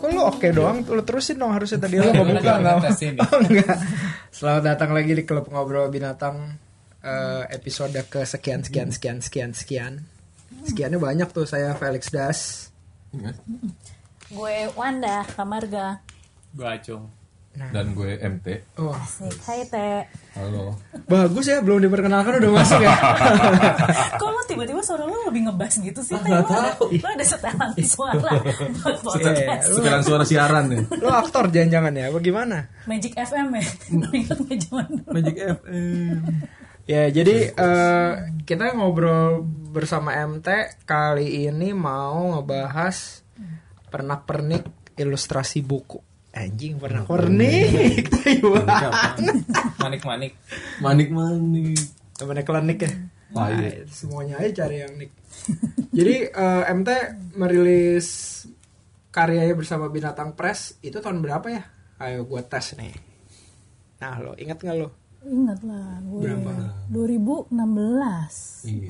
Kok lu oke doang? Lu terusin dong, harusnya tadi lu nggak buka nggak? Oh enggak. Selamat datang lagi di Klub Ngobrol Binatang, episode ke sekian. Sekiannya banyak tuh. Saya Felix Das. Gue Wanda Kamarga. Gue Acung. Dan gue MT. Oh. Asik. Hai Teh. Halo. Bagus ya, belum diperkenalkan udah masuk ya. Kok lu tiba-tiba suara lu lebih ngebas gitu sih? Nggak tahu. Lu ada setelan suara buat podcast. Sekarang suara siaran ya. Lu aktor jangan-jangan ya? Bagaimana? Magic FM ya. Ingat nggak zaman dulu? Magic FM. Ya, jadi kita ngobrol bersama MT kali ini mau ngebahas pernak-pernik ilustrasi buku. Anjing, pernak-pernik. Manik-manik. Temennya klinik ya. Nah, semuanya aja cari yang nik. Jadi MT merilis karyanya bersama Binatang Press itu tahun berapa ya? Ayo gue tes nih. Nah, lo ingat nggak lo? Ingat lah, gue Berapa? 2016. Iya, gitu.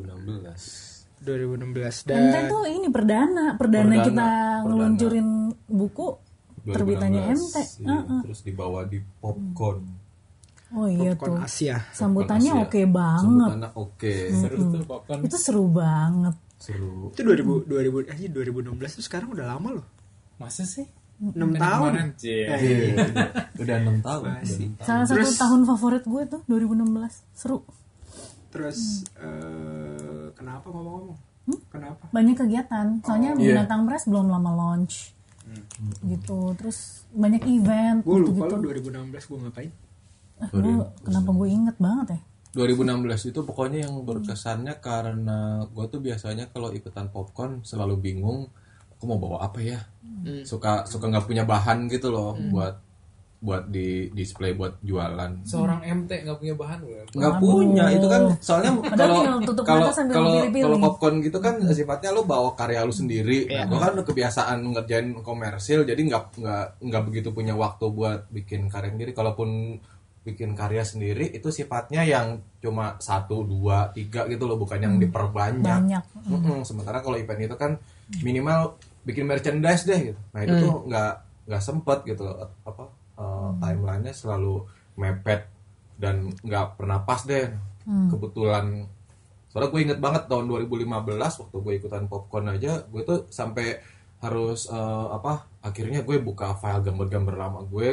2016. Dan MT tuh ini perdana kita ngeluncurin buku terbitannya MT. Iya, terus dibawa di Popcorn. Oh iya Popcorn tuh. Asia. Sambutannya Asia. oke banget. Sambutannya oke. Seru tuh popcorn. Itu seru banget. Seru. Itu 2016 itu sekarang udah lama loh. Masa sih? 6 tahun. Iya, udah 6 tahun. Masih. Salah satu Terus- tahun favorit gue tuh 2016. Seru. Terus kenapa ngomong-ngomong? Kenapa? Banyak kegiatan. Soalnya Binatang Press belum lama launch. Gitu. Terus banyak event Gue lupa gitu-gitu. lo 2016 gue ngapain? Kenapa gue inget banget ya? 2016 itu pokoknya yang berkesannya karena gue tuh biasanya kalau ikutan Popcorn selalu bingung aku mau bawa apa ya. Suka nggak punya bahan gitu loh buat di display buat jualan. Seorang MT nggak punya bahan gue. Nggak punya itu kan soalnya Padahal tinggal tutup mata sambil pilih-pilih. kalau Popcorn gitu kan sifatnya lo bawa karya lo sendiri. Nah, gue kan udah kebiasaan ngerjain komersil jadi nggak begitu punya waktu buat bikin karya sendiri. Kalaupun bikin karya sendiri itu sifatnya yang cuma 1, 2, 3 gitu loh, bukan yang diperbanyak. Banyak. Sementara kalau event itu kan minimal bikin merchandise deh gitu. Nah itu tuh nggak sempet gitu loh, timelinenya selalu mepet dan nggak pernah pas deh. Kebetulan soalnya gue inget banget tahun 2015 waktu gue ikutan Popcorn aja gue tuh sampai harus akhirnya gue buka file gambar-gambar lama gue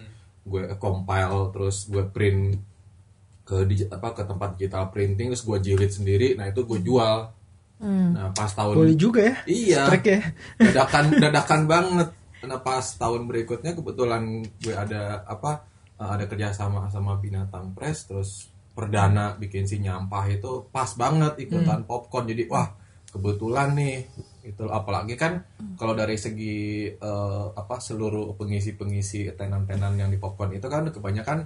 compile terus gue print ke tempat digital printing terus gue jilid sendiri. Nah itu gue jual. Nah pas tahun Boleh juga ya? iya Strike ya? dadakan banget. Nah pas tahun berikutnya kebetulan gue ada kerja sama Binatang Press terus perdana bikin si nyampah itu pas banget ikutan Popcorn. Jadi wah kebetulan nih itu, apalagi kan kalau dari segi seluruh pengisi tenan-tenan yang di Popcorn itu kan kebanyakan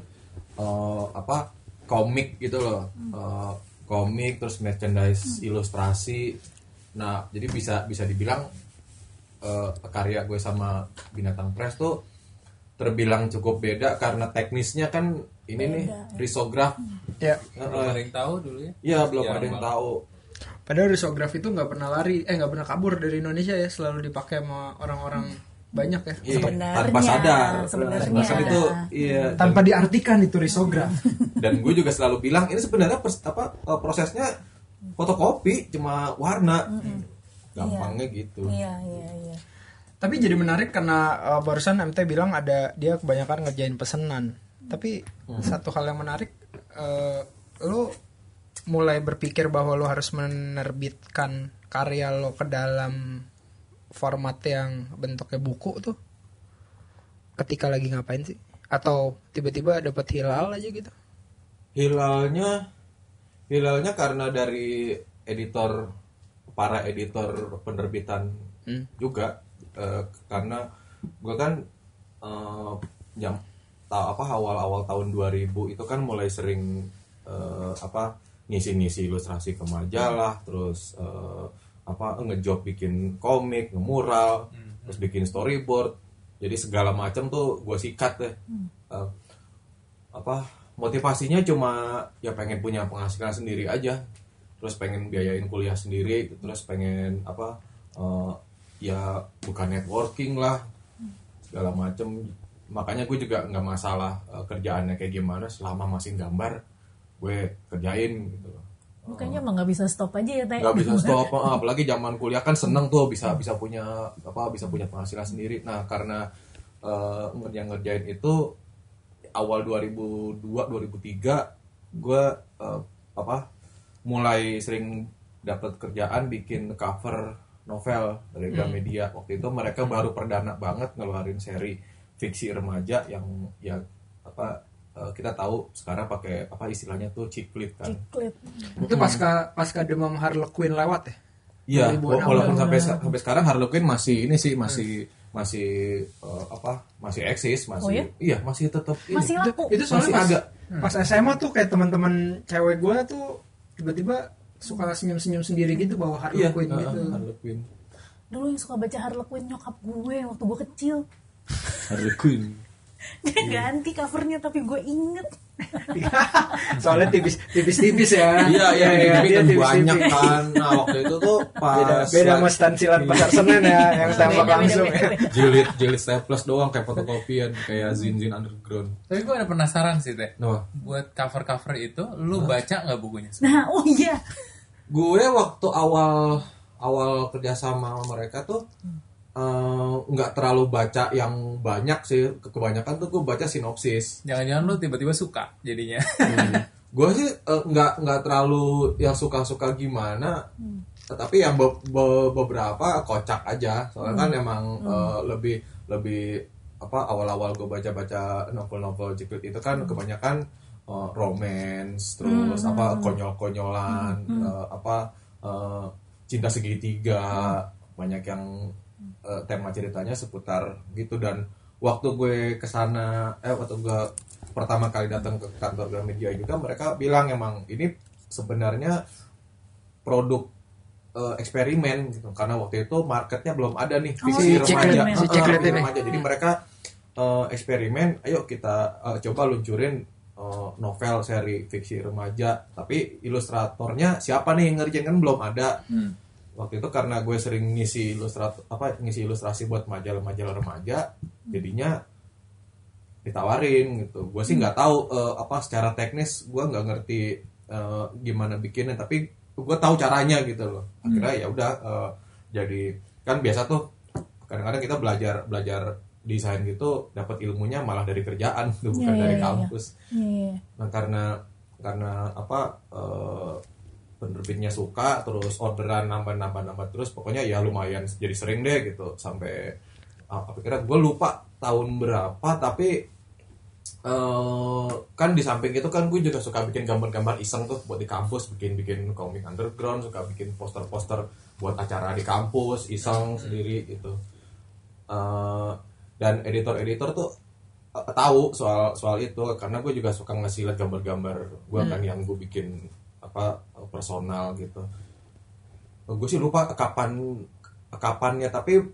komik gitu loh. Komik terus merchandise ilustrasi. Nah jadi bisa dibilang karya gue sama Binatang Press tuh terbilang cukup beda karena teknisnya kan ini nih risograf. Ya. Belum ada yang tahu dulu ya? Iya belum ada yang tahu. Padahal risograf itu nggak pernah nggak pernah kabur dari Indonesia ya, selalu dipakai sama orang-orang banyak ya. Iya, Sebenarnya, tanpa sadar. sebenarnya. Itu iya. Tanpa diartikan itu risograf. Dan gue juga selalu bilang ini sebenarnya prosesnya fotokopi cuma warna. Gampangnya gitu. Iya. Tapi jadi menarik karena barusan MT bilang dia kebanyakan ngerjain pesanan. Tapi satu hal yang menarik, lo mulai berpikir bahwa lo harus menerbitkan karya lo ke dalam format yang bentuknya buku tuh ketika lagi ngapain sih? Atau tiba-tiba dapat hilal aja gitu? Hilalnya karena dari para editor penerbitan juga karena gue kan awal-awal tahun 2000 itu kan mulai sering ngisi-ngisi ilustrasi ke majalah, terus ngejob bikin komik, ngemural, terus bikin storyboard. Jadi segala macam tuh gue sikat deh. Motivasinya cuma ya pengen punya penghasilan sendiri aja. Terus pengen biayain kuliah sendiri, terus pengen ya bukan networking lah segala macem. Makanya gue juga nggak masalah kerjaannya kayak gimana, selama masih gambar gue kerjain gitu loh. Kayaknya emang nggak bisa stop aja ya Teh. Nggak bisa stop, apalagi zaman kuliah kan seneng tuh bisa punya bisa punya penghasilan sendiri. Nah karena ngerjain itu awal 2002 2003 gue mulai sering dapat kerjaan bikin cover novel dari Gramedia. Waktu itu mereka baru perdana banget ngeluarin seri fiksi remaja yang kita tahu sekarang pakai istilahnya tuh chick flick kan. Itu pasca Demam Harlequin lewat ya. Iya, 2006. walaupun sampai sekarang Harlequin masih ini sih masih eksis, masih Oh ya? iya masih tetap ini. Masih laku. Itu soalnya Masih pas SMA tuh kayak teman-teman cewek gue tuh tiba-tiba suka senyum-senyum sendiri gitu bawa Iya, Harlequin gitu. Harlequin. Dulu yang suka baca Harlequin nyokap gue waktu gue kecil. Harlequin. Dia ganti covernya tapi gue inget. Soalnya tipis-tipis ya. Iya, tapi dia kan tipis-tipis. banyak kan. Nah, waktu itu tuh pas Beda sama stansilan Pasar Senen ya, yang tembak langsung ya. jilid staples doang kayak fotokopian kayak zin Underground. Tapi gue ada penasaran sih Teh. Nah, Buat cover-cover itu, lu baca nggak bukunya? Nah, oh iya. gue waktu awal kerja sama mereka tuh nggak terlalu baca yang banyak sih, kebanyakan tuh gue baca sinopsis. Jangan-jangan lu tiba-tiba suka jadinya. Gue sih nggak terlalu yang suka gimana, tapi yang beberapa kocak aja. Soalnya kan emang lebih awal-awal gue baca novel-novel jikut itu kan kebanyakan romance, terus konyol-konyolan, cinta segitiga, banyak yang tema ceritanya seputar gitu. Dan waktu gue kesana waktu gue pertama kali datang ke kantor Gramedia juga, mereka bilang emang ini sebenarnya produk eksperimen gitu, karena waktu itu marketnya belum ada nih fiksi remaja. Jadi mereka eksperimen, ayo kita coba luncurin novel seri fiksi remaja, tapi ilustratornya siapa nih yang ngerjain, kan belum ada. Waktu itu karena gue sering ngisi ilustrasi buat majalah remaja, jadinya ditawarin gitu. Gue sih nggak tahu secara teknis, gue nggak ngerti gimana bikinnya, tapi gue tahu caranya gitu loh. Akhirnya ya udah jadi kan biasa tuh kadang-kadang kita belajar desain gitu, dapat ilmunya malah dari kerjaan tuh, bukan dari kampus. Nah karena penerbitnya suka, terus orderan nambah terus, pokoknya ya lumayan jadi sering deh gitu, sampai kira gue lupa tahun berapa, tapi kan di samping itu kan gue juga suka bikin gambar-gambar iseng tuh buat di kampus, bikin komik underground, suka bikin poster-poster buat acara di kampus iseng sendiri gitu. Dan editor-editor tuh tahu soal itu, karena gue juga suka ngasih lihat gambar-gambar gue kan yang gue bikin personal gitu. Gue sih lupa kapannya, tapi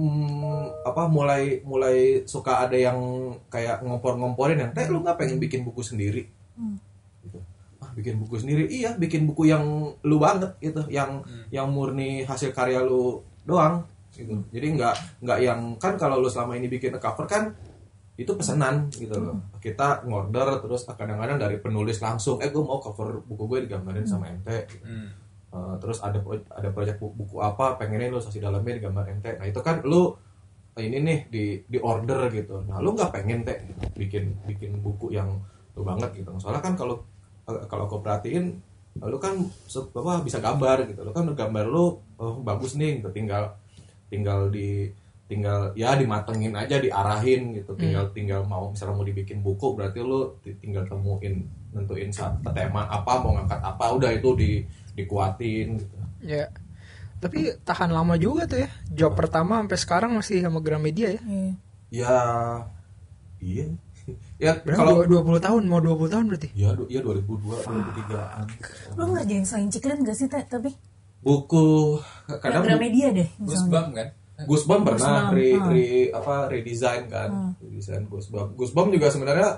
mulai suka ada yang kayak ngompor-ngomporin yang, Teh lu nggak pengen bikin buku sendiri? Gitu. Bikin buku sendiri? Iya, bikin buku yang lu banget gitu, yang murni hasil karya lu doang gitu. Jadi nggak yang, kan kalau lu selama ini bikin cover kan itu pesanan gitu loh. Kita ngorder, terus kadang-kadang dari penulis langsung, gue mau cover buku gue digambarin sama ente gitu. Terus ada proyek buku apa, pengennya ilustrasi dalamnya digambar ente. Nah itu kan lu ini nih di order gitu. Nah lu nggak pengen Teh bikin buku yang lu banget gitu. Soalnya kan kalau aku perhatiin, lu kan bisa gambar gitu. Lu kan gambar lu bagus nih gitu. Tinggal ya dimatengin aja, diarahin gitu. Tinggal mau misalnya mau dibikin buku, berarti lu tinggal nentuin tema apa, mau ngangkat apa, udah itu dikuatin gitu. Ya. Tapi tahan lama juga tuh ya. Job pertama sampai sekarang masih sama Gramedia ya. Ya. Iya. Ya kalau 20 tahun, mau 20 tahun berarti. Ya 2002, 2003-an. Lo ngerjain selain Ciklen gak sih Teh, tapi? Buku kadang Gramedia deh Goosebumps kan? Goosebumps pernah redesign kan. Redesign Goosebumps juga sebenarnya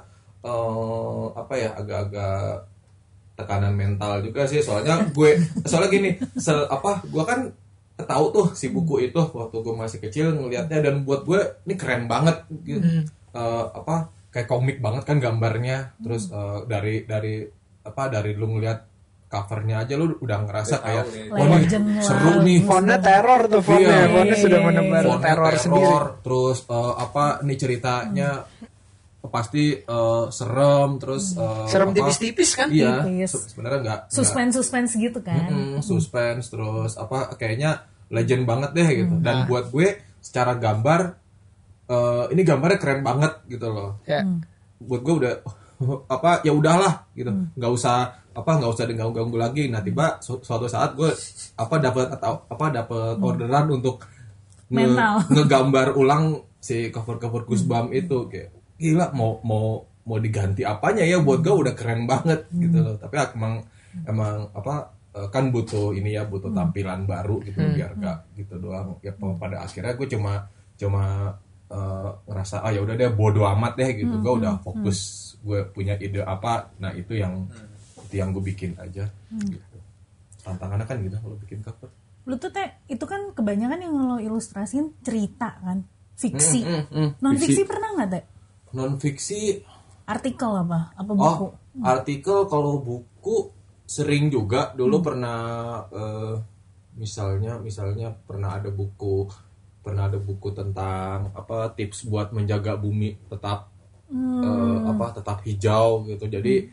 agak-agak tekanan mental juga sih, soalnya gini, gue kan tahu tuh si buku itu waktu gue masih kecil ngelihatnya, dan buat gue ini keren banget gitu. Apa kayak komik banget kan gambarnya, terus dari lu ngelihat covernya aja lu udah ngerasa kayak wah nih seru nih, fontnya teror tuh, fontnya sudah menebar fontnya teror sendiri. Terus apa nih ceritanya pasti serem, terus serem apa, tipis-tipis kan? iya, Tipis. sebenarnya nggak Suspense gitu kan. suspense, terus apa kayaknya legend banget deh gitu. Dan buat gue secara gambar ini gambarnya keren banget gitu loh. Buat gue udah apa ya udahlah gitu, nggak usah diganggu-ganggu lagi. Nah tiba suatu saat gue dapat orderan untuk ngegambar ulang si cover Goosebumps itu, kayak gila mau diganti apanya ya, buat gue udah keren banget gitu loh. Tapi emang apa kan butuh ini ya, butuh tampilan baru gitu, biar gak gitu doang ya. Pada akhirnya gue cuma ngerasa ya udah deh, bodo amat deh gitu. Gue udah fokus, gue punya ide apa, nah itu yang gue bikin aja gitu. Tantangannya kan gitu kalau bikin cover. Lu tuh itu kan kebanyakan yang lo ilustrasiin cerita kan, fiksi. Non fiksi pernah nggak Teh? Non fiksi artikel apa buku? Artikel kalau buku sering juga dulu. Pernah misalnya pernah ada buku tentang apa tips buat menjaga bumi tetap tetap hijau gitu. Jadi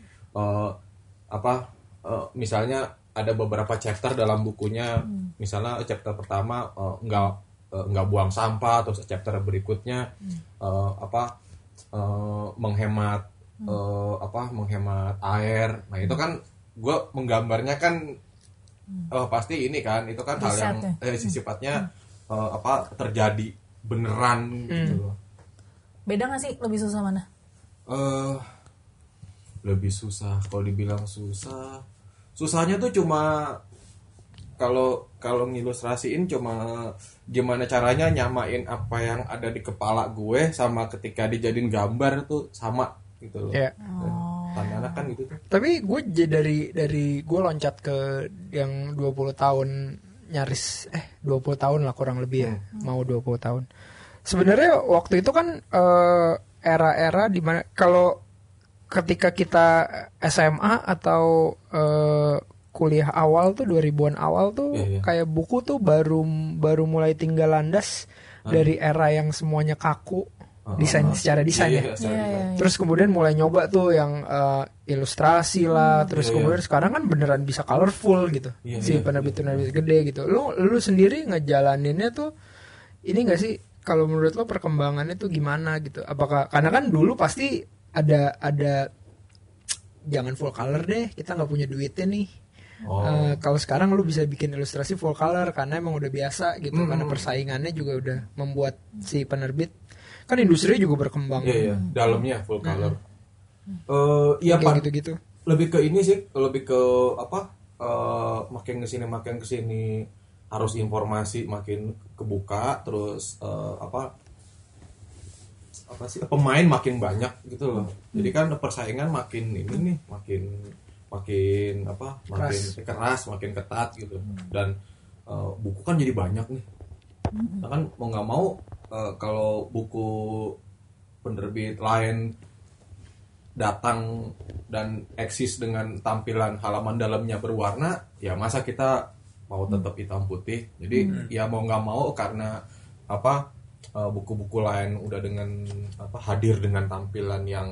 misalnya ada beberapa chapter dalam bukunya, misalnya chapter pertama nggak buang sampah, terus chapter berikutnya menghemat air. Nah itu kan gue menggambarnya kan pasti ini kan, itu kan hal yang sifatnya terjadi beneran gitu. Beda nggak sih, lebih susah mana? Lebih susah, kalau dibilang susahnya tuh cuma kalau ngilustrasiin cuma gimana caranya nyamain apa yang ada di kepala gue sama ketika dijadiin gambar tuh sama gitu loh. Tantangan kan gitu tuh. Tapi gue dari gue loncat ke yang 20 tahun nyaris 20 tahun lah kurang lebih ya, mau 20 tahun. Sebenarnya waktu itu kan era-era dimana kalau ketika kita SMA atau kuliah awal tuh 2000-an awal tuh kayak buku tuh baru mulai tinggal landas dari era yang semuanya kaku secara desain ya. Terus kemudian mulai nyoba tuh yang ilustrasi lah, terus kemudian sekarang kan beneran bisa colorful gitu. Si penerbit gede gitu. Lu sendiri ngejalaninnya tuh ini enggak sih, kalau menurut lo perkembangannya tuh gimana gitu? Apakah karena kan dulu pasti ada jangan full color deh, kita nggak punya duitnya nih. Kalau sekarang lu bisa bikin ilustrasi full color karena emang udah biasa gitu, karena persaingannya juga udah membuat si penerbit kan industri juga berkembang. Dalamnya full color. Kayak gitu-gitu. Lebih ke ini sih, lebih ke makin kesini harus informasi makin kebuka, terus pemain makin banyak gitu loh. Jadi kan persaingan makin ini nih, makin keras, makin ketat gitu. Dan buku kan jadi banyak nih. Nah kan mau nggak mau kalau buku penerbit lain datang dan eksis dengan tampilan halaman dalamnya berwarna, ya masa kita mau tetap hitam putih. Jadi ya mau nggak mau karena buku-buku lain udah dengan hadir dengan tampilan yang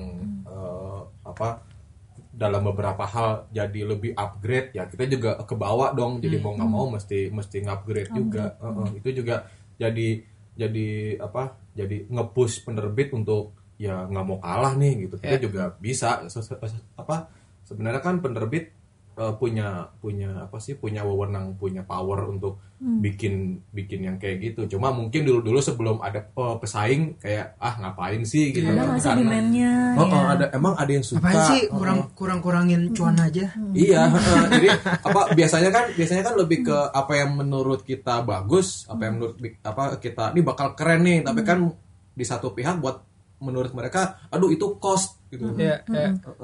dalam beberapa hal jadi lebih upgrade, ya kita juga ke bawah dong. Jadi mau nggak mau mesti ngupgrade juga. Itu juga jadi nge-push penerbit untuk ya nggak mau kalah nih gitu. Kita juga bisa sebenarnya kan penerbit punya wewenang, punya power untuk bikin yang kayak gitu. Cuma mungkin dulu sebelum ada pesaing kayak ngapain sih gitu. Ada nggak sih demand-nya? Ada yang suka. Apaan sih kurangin cuan aja. Iya, jadi biasanya kan lebih ke apa yang menurut kita bagus, apa yang menurut kita ini bakal keren nih, tapi kan di satu pihak buat menurut mereka aduh itu cost gitu.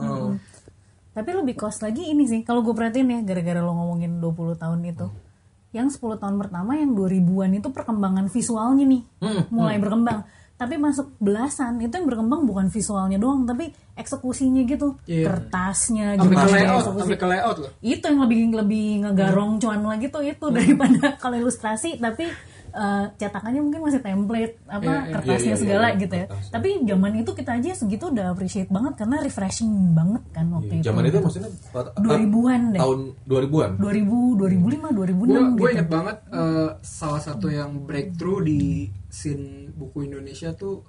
Tapi lebih cost lagi ini sih, kalau gue perhatiin ya, gara-gara lo ngomongin 20 tahun itu. yang 10 tahun pertama yang 2000-an itu perkembangan visualnya nih mulai berkembang. Tapi masuk belasan itu yang berkembang bukan visualnya doang, tapi eksekusinya gitu. Kertasnya Sampai gimana ke layout, eksekusi. sampai ke layout loh. Itu yang lebih ngegarong cuan lagi tuh itu daripada kalau ilustrasi, tapi cetakannya mungkin masih template kertasnya segala gitu ya. kertas. Tapi zaman itu kita aja segitu udah appreciate banget karena refreshing banget kan waktu itu. Zaman itu maksudnya 2000-an deh. tahun 2000-an. 2000, 2005, 2006 Gue gitu. inget banget salah satu yang breakthrough di scene buku Indonesia tuh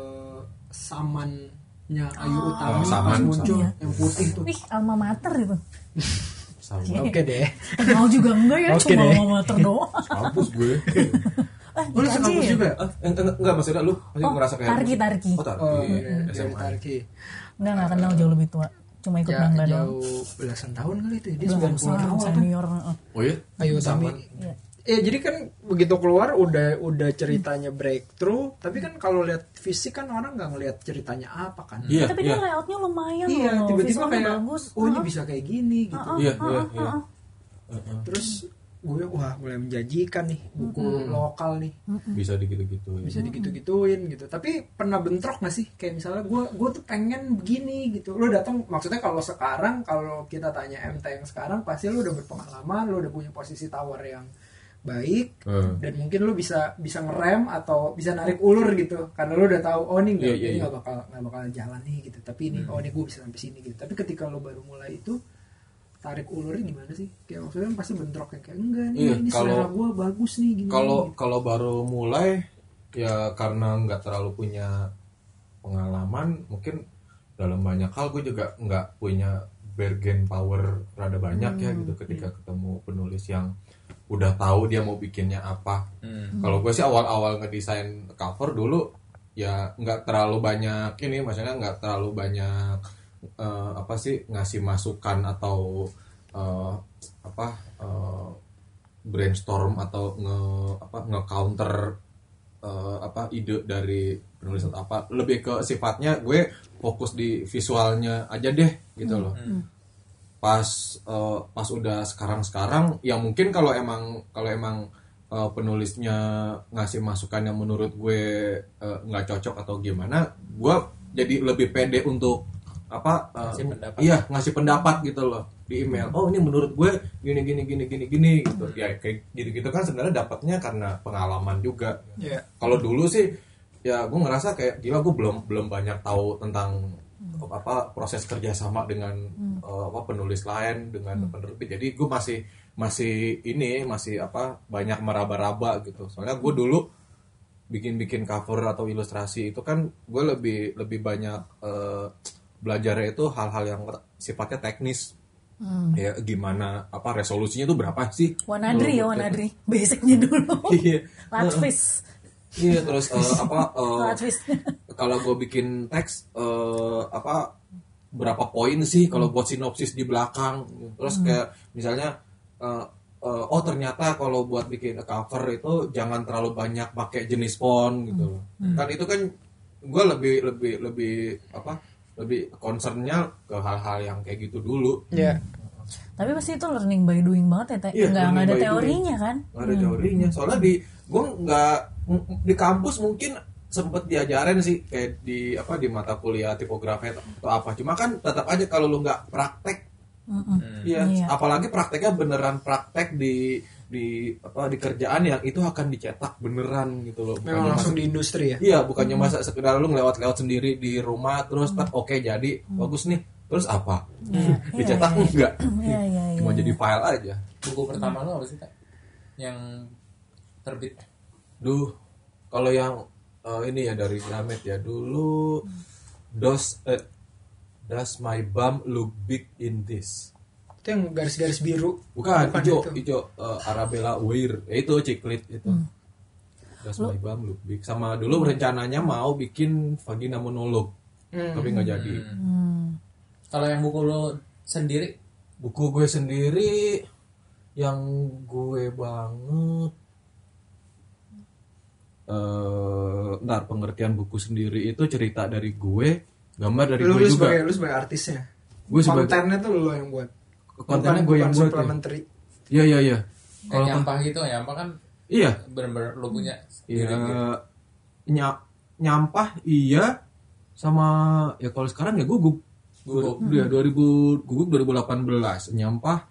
Samannya Ayu Utami pas Saman, muncul yang putih tuh. Wih, alma mater itu. Sama Oke deh. Kenal juga enggak ya, Oke cuma deh. alma mater doang. kampus gue. Oh, lu sekampus juga? Enggak maksudnya lu pasti ngerasa kayak Tarki. Oh, Tarki. Oh iya, SMA. Tarki. Enggak kenal jauh lebih tua. Cuma ikut bangga doang. Jauh belasan tahun kali itu. Dia Belasan 90-an awal kan. senior. Oh iya? Ayu Utami. Iya. Jadi kan begitu keluar udah ceritanya breakthrough, tapi kan kalau lihat fisik kan orang nggak ngelihat ceritanya apa kan. Iya, Tapi dia layoutnya lumayan Iya, loh. tiba-tiba Visualnya kayak bagus. oh ini bisa kayak gini gitu. Iya. Terus gue wah mulai menjanjikan nih buku lokal nih. Bisa digitu-gitu ya. Bisa digitu-gituin gitu. Tapi pernah bentrok gak sih? Kayak misalnya gue tuh pengen begini gitu. Lo datang maksudnya kalau sekarang kalau kita tanya MT yang sekarang pasti lo udah berpengalaman, lo udah punya posisi tawar yang baik dan mungkin lo bisa ngerem atau bisa narik ulur gitu karena lo udah tahu oh ini nggak bakal jalan nih gitu. Tapi ini oh ini gue bisa sampai sini gitu. Tapi ketika lo baru mulai itu tarik ulurnya gimana sih? Kayak maksudnya pasti bentrok kayak enggak nih ini selera gue bagus nih gini. Kalau baru mulai ya karena nggak terlalu punya pengalaman, mungkin dalam banyak hal gue juga nggak punya bargain power rada banyak ya gitu ketika ketemu penulis yang udah tahu dia mau bikinnya apa. Kalau gue sih awal-awal ngedesain cover dulu ya nggak terlalu banyak ini, maksudnya nggak terlalu banyak ngasih masukan atau brainstorm atau nge-counter ide dari penulis atau apa. Lebih ke sifatnya gue fokus di visualnya aja deh gitu loh. Pas udah sekarang ya mungkin kalau emang penulisnya ngasih masukan yang menurut gue nggak cocok atau gimana, gue jadi lebih pede untuk ngasih pendapat gitu loh di email. Oh ini menurut gue gini gitu. Ya kayak gitu kan sebenarnya dapatnya karena pengalaman juga. Yeah. Kalau dulu sih ya gue ngerasa kayak gila gue belum banyak tahu tentang proses kerjasama dengan penulis lain dengan penerbit. Jadi gue masih banyak meraba-raba gitu. Soalnya gue dulu bikin cover atau ilustrasi itu kan gue lebih banyak belajarnya itu hal-hal yang sifatnya teknis. Ya gimana resolusinya tuh berapa sih? Wanadri basicnya dulu. Iya. Latvis. Iya, terus kalau gue bikin teks berapa poin sih kalau buat sinopsis di belakang. Terus kayak misalnya ternyata kalau buat bikin cover itu jangan terlalu banyak pakai jenis font gitu. Kan itu kan gue lebih concernnya ke hal-hal yang kayak gitu dulu. Iya. Tapi pasti itu learning by doing banget ya, Iya, nggak learning ada by teorinya doing. kan? Nggak ada teorinya. Soalnya di kampus mungkin sempet diajarin sih kayak di mata kuliah tipografi atau apa. Cuma kan tetap aja kalau lu nggak praktek, iya. Apalagi prakteknya beneran praktek di kerjaan yang itu akan dicetak beneran gitu loh. Memang langsung di industri ya. Iya, bukannya masa sekedar lu ngelewat sendiri di rumah terus oke jadi bagus nih. Terus apa? Dicetak enggak? Cuma jadi file aja. Buku pertama lo apa sih, Kak? Yang terbit? Duh, kalau yang ini ya dari Gramet ya dulu. Does my bum look big in this? Itu yang garis-garis biru. Bukan hijau itu. Arabella Weir. Itu Ciklit itu. Does my bum look big? Sama dulu rencananya mau bikin vagina monolog. Tapi nggak jadi. Kalau yang buku lo sendiri? Buku gue sendiri yang gue banget pengertian buku sendiri itu cerita dari gue, gambar dari gue juga. Lu sebagai artisnya. Gue sebagai kontennya tuh lo yang buat. Kontennya gue yang buat. Supplementary. Iya. Kayak nyampah gitu, nyampah kan Iya. bener-bener lo punya Iya. sendiri gitu. Nyampah iya, sama ya kalau sekarang ya guguk. Ya 2000 guguk 2018, nyampah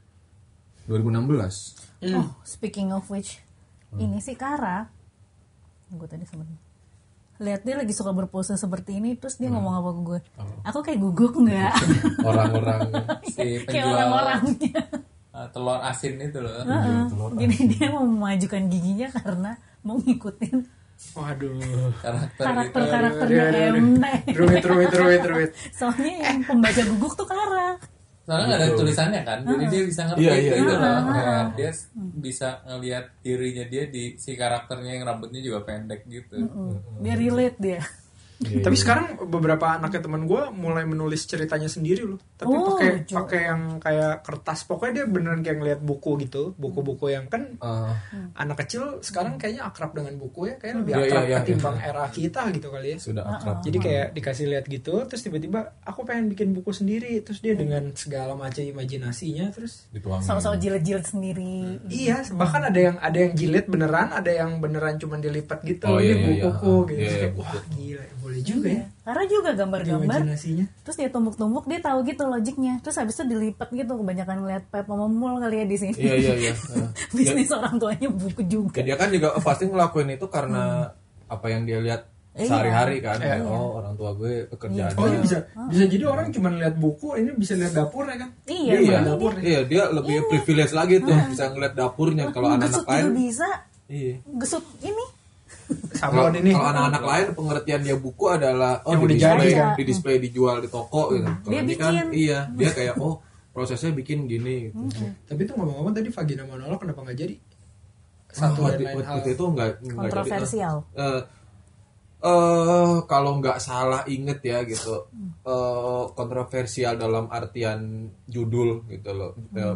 2016. Oh, speaking of which, ini si Kara, gue tadi sempet lihat dia lagi suka berpose seperti ini, terus dia ngomong apa ke gue? Aku kayak guguk nggak? Orang-orang Si Kayak penjual orang-orangnya. telur asin itu loh. Gini dia mau memajukan giginya karena mau ngikutin Waduh. karakternya MT. Rumit. Soalnya yang pembaca guguk tuh Kara. Soalnya nggak ada tulisannya kan, jadi dia bisa ngerti Iya, gitu iya. loh. Kayak dia bisa ngelihat dirinya dia di si karakternya yang rambutnya juga pendek gitu. Dia relate dia. Tapi sekarang beberapa anaknya teman gue mulai menulis ceritanya sendiri loh. Tapi Oh, pakai yang kayak kertas. Pokoknya dia beneran kayak ngeliat buku gitu, buku-buku yang kan anak kecil sekarang kayaknya akrab dengan buku ya, kayak lebih Iya, akrab iya, ketimbang era kita gitu kali ya. sudah akrab. Jadi kayak dikasih lihat gitu, terus tiba-tiba aku pengen bikin buku sendiri, terus dia dengan segala macam imajinasinya, terus Dituangin. Sama-sama jilat-jilat sendiri. iya, bahkan ada yang jilid beneran, ada yang beneran cuma dilipat gitu. Oh, iya, Ini iya, buku iya. gitu. Iya, Kayak, iya, wah gila, boleh juga ya. Karena juga gambar-gambar, Imajinasinya. terus dia tumbuk-tumbuk, dia tahu gitu logiknya. Terus habis itu dilipat gitu, kebanyakan ngeliat Pepa Memul kali ya di sini. Iya. Bisnis orang tuanya buku juga. Dia kan juga pasti ngelakuin itu karena apa yang dia lihat sehari-hari kan. Kayak, oh orang tua gue pekerjaan. Oh, ini bisa jadi orang cuma lihat buku, ini bisa lihat dapurnya kan? Iya, Iya, makanya dia iya dia lebih privilege lagi tuh bisa ngeliat dapurnya. Kalau anak-anak gesut lain, juga bisa. iya. Gesut ini. Sama ini. Kalau anak-anak lain pengertian dia buku adalah Yang di udah display, jadi, kan? di display dijual di toko gitu. Kalau Dia ini kan bikin. iya dia kayak prosesnya bikin gini gitu. Tapi tuh ngomong-ngomong tadi vagina monolog kenapa nggak jadi? Satu dan lain hal. Waktu itu nggak Kontroversial. jadi. Kalau nggak salah inget ya gitu, kontroversial dalam artian judul gitu loh.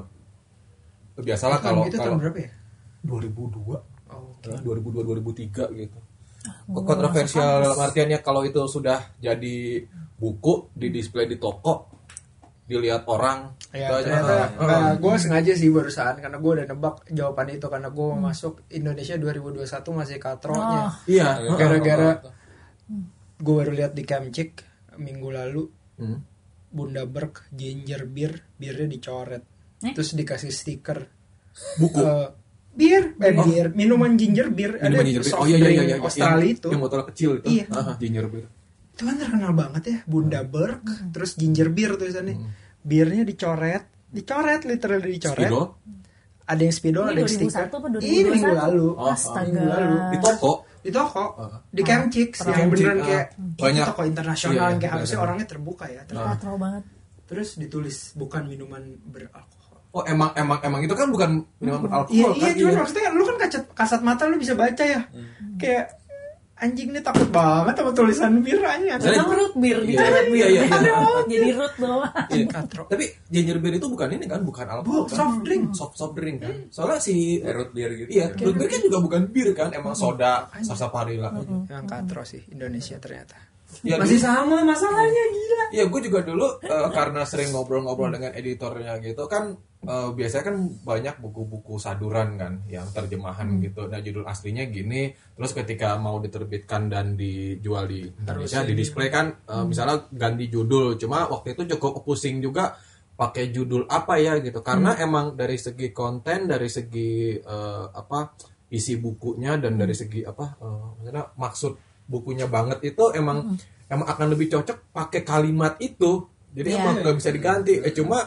Biasalah kalau itu tahun berapa ya? 2002, Oh, 2002 2003 gitu. Kontroversial dalam artiannya kalau itu sudah jadi buku di display di toko, dilihat orang. ya itu aja. ternyata gue sengaja sih barusan karena gue udah nebak jawaban itu karena gue masuk Indonesia 2021 masih katronya. Iya. Gara-gara gue baru lihat di Camcik minggu lalu Bundaberg ginger birnya dicoret, terus dikasih stiker Buku. bir minuman ginger beer ada Minuman ginger beer. soft drink Australia itu. Yang botol kecil itu. Iya. Ginger beer. Itu kan terkenal banget ya Bundaberg terus ginger beer tulisannya. Birnya dicoret literally dicoret. Spidol. Ada yang spidol, Ini ada yang stiker. 2001 apa 2021? Ini minggu lalu. Astaga. Minggu lalu. Di toko. Di toko. Di Camcik yang Camcik, beneran kayak banyak. itu toko internasional Iya, yang kayak iya, harusnya iya. orangnya terbuka ya. Katro banget. Terus ditulis bukan minuman beralkohol. Oh emang itu kan bukan minuman beralkohol Iya, kan? cuma maksudnya lu kan kasat mata lu bisa baca ya. Kayak anjing nih takut banget sama tulisan biranya. Emang root beer Iya, dicoret beer. iya. Jadi root doang. Iya. Katro. Tapi ginger beer itu bukan ini kan, bukan alkohol kan? Soft drink. Soft drink kan. Soalnya si Root beer gitu. iya, root beer kan juga bukan bir kan, emang soda, sarsaparilla. Yang katro sih Indonesia ternyata. Ya, Masih sama masalahnya gila. Iya, gue juga dulu karena sering ngobrol-ngobrol dengan editornya gitu kan, biasanya kan banyak buku-buku saduran kan yang terjemahan gitu. Nah judul aslinya gini, terus ketika mau diterbitkan dan dijual di Indonesia di display kan, misalnya ganti judul. Cuma waktu itu cukup pusing juga pakai judul apa ya gitu, karena emang dari segi konten, dari segi isi bukunya dan dari segi maksudnya maksud bukunya banget itu emang akan lebih cocok pakai kalimat itu, jadi emang nggak bisa diganti. Cuma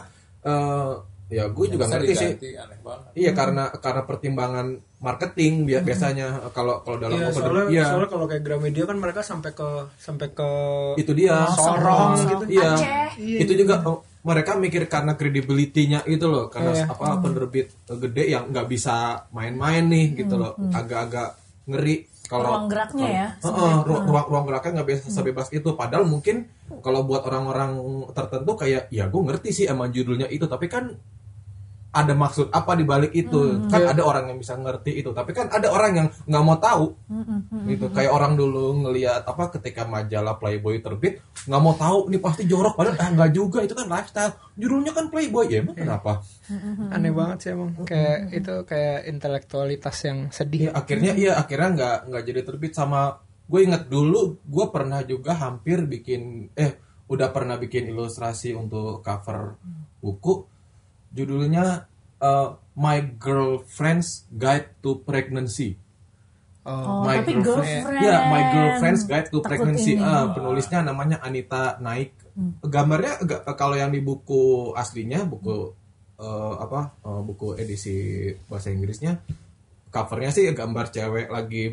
ya gue juga ngerti sih, aneh banget. iya karena pertimbangan marketing biasanya kalau dalam Soalnya kalau kayak Gramedia kan mereka sampai ke itu dia Sorong gitu. iya Aceh. itu juga mereka mikir karena credibility-nya itu loh, karena penerbit gede yang nggak bisa main-main nih gitu loh, agak-agak ngeri kalau Ruang geraknya ya. ruang geraknya nggak bisa sebebas itu. Padahal mungkin kalau buat orang-orang tertentu kayak ya gue ngerti sih emang judulnya itu, tapi kan ada maksud apa di balik itu. Kan ada orang yang bisa ngerti itu, tapi kan ada orang yang nggak mau tahu. Gitu. Kayak orang dulu ngelihat apa ketika majalah Playboy terbit, nggak mau tahu ini pasti jorok, padahal nggak juga, itu kan lifestyle. Judulnya kan Playboy, ya emang kenapa? Aneh banget sih emang. Kayak itu kayak intelektualitas yang sedih. Ya, akhirnya nggak jadi terbit. Sama gue inget dulu gue pernah juga hampir bikin udah pernah bikin ilustrasi untuk cover buku. Judulnya My Girlfriend's Guide to Pregnancy. Tapi girlfriend. Ya, My Girlfriend's Guide to Takut Pregnancy. ini. Penulisnya namanya Anita Naik. Gambarnya kalau yang di buku aslinya, buku buku edisi bahasa Inggrisnya, covernya sih gambar cewek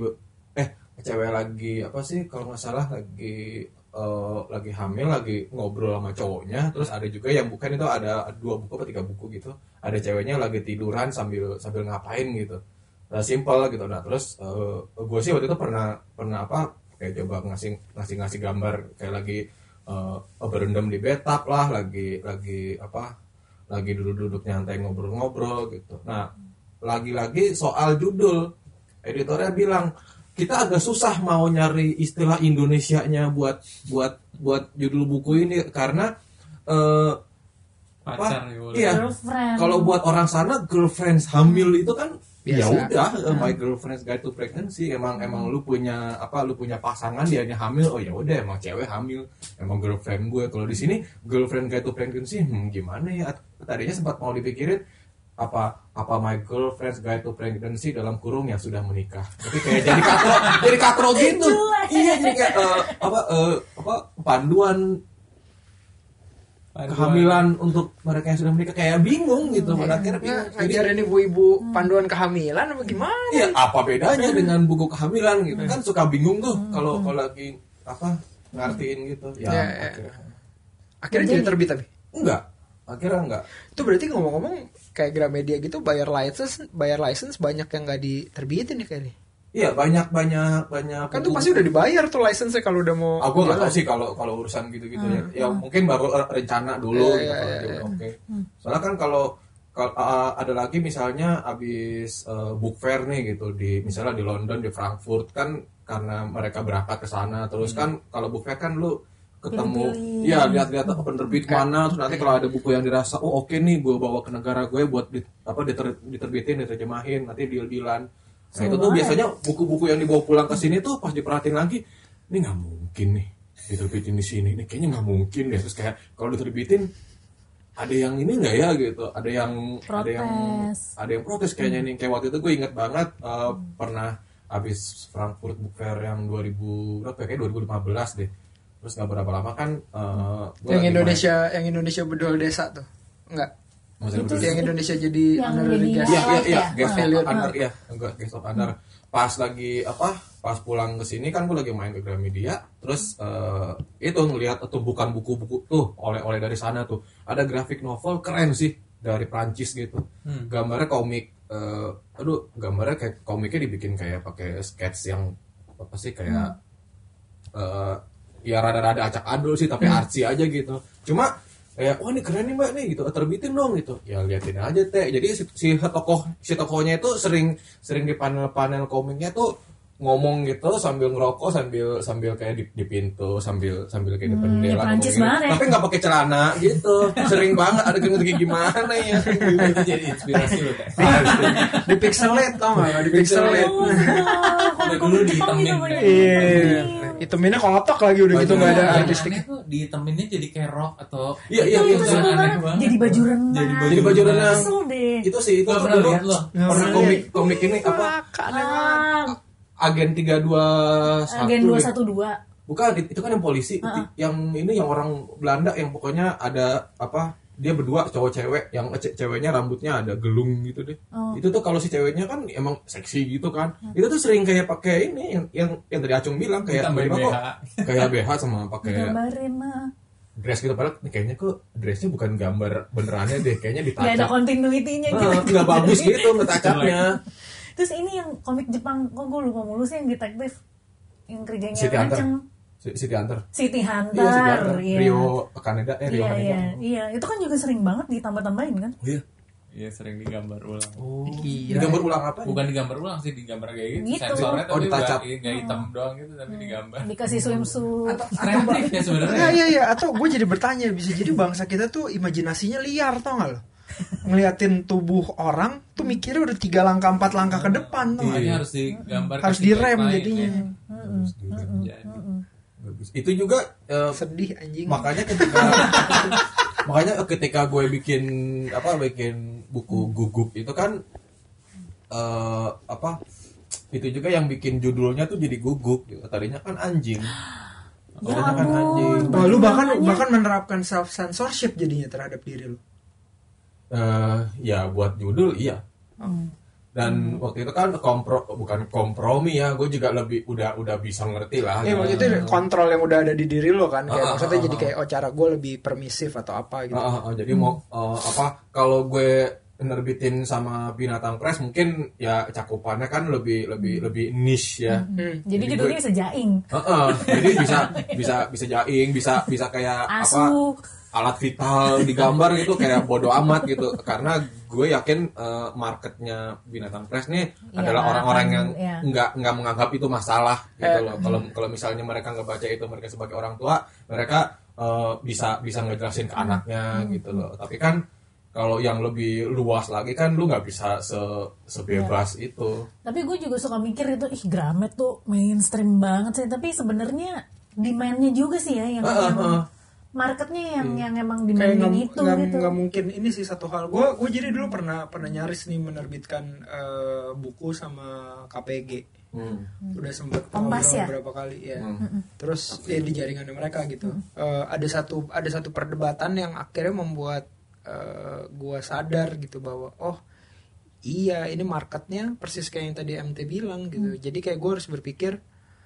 lagi apa sih kalau nggak salah lagi hamil, lagi ngobrol sama cowoknya. Terus ada juga yang bukan itu, ada 2 buku atau 3 buku gitu, ada ceweknya lagi tiduran sambil ngapain gitu. Nah, simple gitu. Nah terus gue sih waktu itu pernah kayak coba ngasih gambar kayak lagi berendam di bathtub lah, lagi duduk nyantai ngobrol gitu. Nah lagi soal judul, editornya bilang kita agak susah mau nyari istilah Indonesianya buat judul buku ini karena pacar iya, kalau buat orang sana girlfriends hamil itu kan ya udah, My Girlfriend's Guide to Pregnancy, emang lu punya pasangan, dia hanya hamil, oh ya udah emang cewek hamil, emang girlfriend gue. Kalau di sini Girlfriend Guide to Pregnancy, gimana ya? Tadinya sempat mau dipikirin apa My Girlfriend's Guide to Pregnancy dalam kurung yang sudah menikah. Tapi kayak jadi katro gitu. Iya, jadi kayak panduan kehamilan untuk mereka yang sudah menikah, kayak bingung gitu. Pada akhirnya bingung. Ngajarin ibu-ibu panduan kehamilan apa gimana? Iya, apa bedanya dengan buku kehamilan gitu? Kan suka bingung tuh kalau lagi ngartiin gitu. Ya. Akhirnya jadi terbit tapi. Akhirnya enggak. Itu berarti ngomong-ngomong kayak Gramedia gitu bayar license banyak yang nggak diterbitin nih kayaknya. Iya, banyak. Kan tuh pasti udah dibayar tuh license-nya kalau udah mau. Aku nggak tahu sih kalau urusan gitu-gitu ya. Ya mungkin baru rencana dulu gitu. Oke. Soalnya kan kalau ada lagi misalnya abis book fair nih gitu, misalnya di London, di Frankfurt kan, karena mereka berangkat ke sana terus kan, kalau book fair kan lu ketemu ya lihat-lihat penerbit mana, terus nanti kalau ada buku yang dirasa oke nih gue bawa ke negara gue buat diterbitin, diterjemahin, nanti deal-dealan. Nah itu tuh biasanya buku-buku yang dibawa pulang ke sini tuh pas diperhatiin lagi, ini nggak mungkin nih diterbitin di sini, ini kayaknya nggak mungkin deh. Terus kayak kalau diterbitin ada yang ini nggak ya gitu, ada yang protes kayaknya nih. Kayak waktu itu gue inget banget pernah habis Frankfurt Book Fair yang 2015 deh. Terus nggak berapa lama kan yang Indonesia bedol desa tuh enggak. Itu yang Indonesia jadi honorary guest. Guest of honor. Pas pulang ke sini kan gue lagi main ke Gramedia, terus itu ngelihat tuh bukan buku-buku tuh oleh dari sana tuh. Ada graphic novel keren sih dari Prancis gitu. Gambarnya komik, gambarnya kayak komiknya dibikin kayak pakai sketch yang apa sih kayak ya rada-rada acak adul sih, tapi artsy aja gitu. Cuma kayak wah ini keren nih mbak nih gitu, terbitin dong gitu. Ya liatin aja teh. Jadi si tokohnya itu sering di panel komiknya tuh ngomong gitu sambil ngerokok, sambil kayak di pintu, sambil kayak di pendela ngomong gitu. Tapi nggak pakai celana gitu. Sering banget ada kayak gimana ya. Itu jadi inspirasi loh kayak. Di pixelate tau nggak? Di pixelate. Dulu ditemin. Iya. Hiteminnya kotak lagi udah gitu nggak ada artistik. Tuh diteminnya jadi kayak rock atau iya aneh banget. Jadi baju renang. Jadi baju renang. Itu sih itu pernah lihat loh. Pernah komik ini apa? Agen 321. Agen 212. Bukan, itu kan yang polisi. Yang ini yang orang Belanda yang pokoknya ada dia berdua cowok cewek, yang ceweknya rambutnya ada gelung gitu deh. Itu tuh kalau si ceweknya kan emang seksi gitu kan. Itu tuh sering kayak pakai ini yang tadi Acung bilang kayak kayak BH sama pakai dress gitu, padahal kayaknya kok dressnya bukan gambar benerannya deh, kayaknya ditacap. Ya ada continuity-nya gitu. Nggak bagus gitu ngetacapnya. Terus ini yang komik Jepang, kok gue lupa mulu sih, yang detektif yang kerjanya City Hunter. Iya. Rio Kaneda, Rio Kaneda. Iya, itu kan juga sering banget ditambah-tambahin kan? Iya. Iya, sering digambar ulang. Digambar ulang apa? Bukan digambar ulang sih, digambar kayak gitu. Gitu. Sensornya tapi ditacap. nggak hitam doang gitu, tapi digambar. Dikasih swimsuit. Kreatif ya sebenarnya. Iya, atau gue jadi bertanya, bisa jadi bangsa kita tuh imajinasinya liar, tau gak lo? Ngeliatin tubuh orang tuh mikirnya udah 3 langkah 4 langkah ke depan, tau gak? Makanya harus digambar. Harus kasih direm backlight, jadinya. ya. Jadi. Itu juga Sedih anjing. makanya ketika gue bikin buku gugup itu kan itu juga yang bikin judulnya tuh jadi gugup gitu. Tadinya kan anjing. Tadinya kan anjing. Wah, lu bahkan menerapkan self censorship jadinya terhadap diri lu. Ya buat judul iya. Dan waktu itu kan bukan kompromi ya, gue juga lebih udah bisa ngerti lah. Iya, waktu itu kontrol yang udah ada di diri lo kan, kayak maksudnya jadi kayak cara gue lebih permisif atau apa gitu. Jadi mau kalau gue nerbitin sama Binatang Press mungkin ya cakupannya kan lebih niche ya. Jadi judulnya bisa jaing. Jadi bisa jaing, bisa kayak Asu. alat vital digambar gitu, kayak bodo amat gitu, karena gue yakin marketnya Binatang Press nih adalah orang-orang yang nggak menganggap itu masalah gitu loh. Kalau misalnya mereka nggak baca itu, mereka sebagai orang tua mereka bisa ngejelasin ke anaknya gitu loh. Tapi kan kalau yang lebih luas lagi kan lu nggak bisa sebebas itu. Tapi gue juga suka mikir itu, Gramet tuh mainstream banget sih, tapi sebenarnya demand-nya juga sih ya yang marketnya yang emang demanding itu gitu. Nggak mungkin ini sih satu hal. Gue jadi dulu pernah nyaris nih menerbitkan buku sama KPG. Udah sempet ngobrol berapa kali ya. Terus ya di jaringan mereka gitu. Ada satu perdebatan yang akhirnya membuat gue sadar gitu bahwa iya ini marketnya persis kayak yang tadi MT bilang gitu. Jadi kayak gue harus berpikir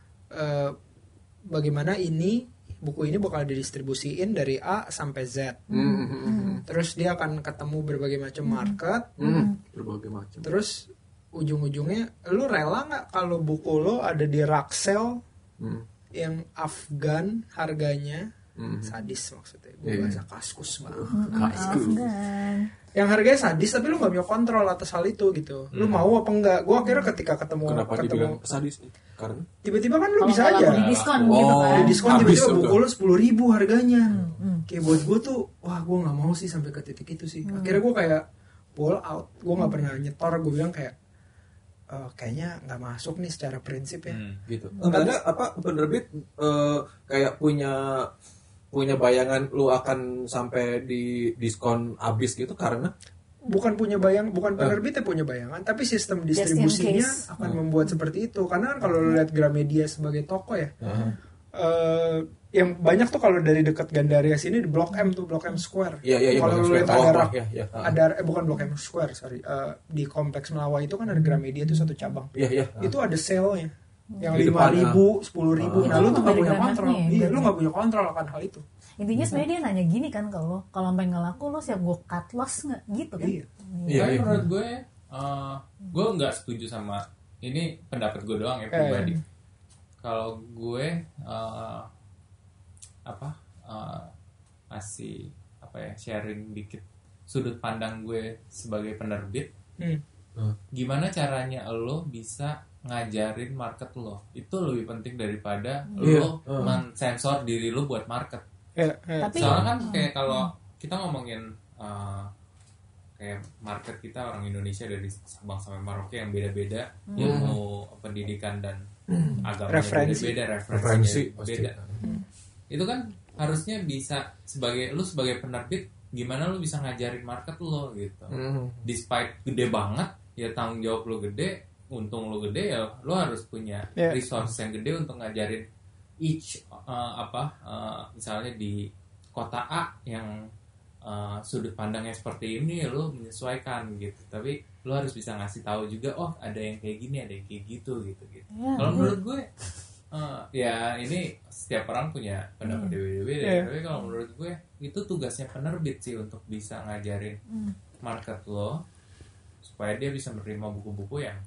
bagaimana buku ini bakal didistribusiin dari A sampai Z. Terus dia akan ketemu berbagai macam market. Berbagai macam. Terus ujung-ujungnya lu rela nggak kalau buku lo ada di rak sale yang Afgan harganya sadis, maksudnya gue bahasa kaskus banget. Afgan. Yang harganya sadis tapi lu nggak punya kontrol atas hal itu gitu. Lu mau apa enggak? Gue akhirnya ketika ketemu dibilang sadis nih? Karena tiba-tiba kan lu bisa aja di diskon gitu kan. Di diskon tiba-tiba buku lu 10.000 harganya. Kayak buat gue tuh, wah gue nggak mau sih sampai ke titik itu sih. Akhirnya gue kayak pull out. Gue nggak pernah nyetor. Gue bilang kayak kayaknya nggak masuk nih secara prinsip ya. Gitu. Ada penerbit kayak punya bayangan lu akan sampai di diskon habis gitu karena bukan penerbitnya punya bayangan, tapi sistem distribusinya akan membuat seperti itu. Karena kan kalau lu lihat Gramedia sebagai toko ya, yang banyak tuh kalau dari dekat Gandaria sini di Blok M tuh, Blok M Square. Kalau lu lihat ada bukan Blok M Square, sorry, di Kompleks Melawai itu kan ada Gramedia itu satu cabang. Itu ada sale-nya yang 5.000, 10.000. Nah lu tuh nggak punya kontrol. Lu nggak punya kontrol akan hal itu. Intinya sebenarnya dia nanya gini kan, kalau sampai nggak laku lo siap gue cut loss nggak gitu kan? Tapi menurut gue nggak setuju sama ini, pendapat gue doang ya pribadi. Kalau gue masih sharing dikit sudut pandang gue sebagai penerbit. Gimana caranya lo bisa ngajarin market lo, itu lebih penting daripada lo mensensor diri lo buat market. Tapi soalnya kan kayak kalau kita ngomongin kayak market kita orang Indonesia dari Sabang sampai Merauke yang beda-beda, ilmu pendidikan dan agamanya beda-beda, referensinya beda. Itu kan harusnya bisa sebagai penerbit, gimana lo bisa ngajarin market lo gitu. Despite gede banget ya, tanggung jawab lo gede, untung lo gede ya, lo harus punya resource yang gede untuk ngajarin misalnya di kota A yang sudut pandangnya seperti ini, lo menyesuaikan gitu. Tapi lo harus bisa ngasih tahu juga, ada yang kayak gini, ada yang kayak gitu. Kalau menurut gue ya ini setiap orang punya pendapat beda-beda. Tapi kalau menurut gue itu tugasnya penerbit sih, untuk bisa ngajarin market lo supaya dia bisa menerima buku-buku yang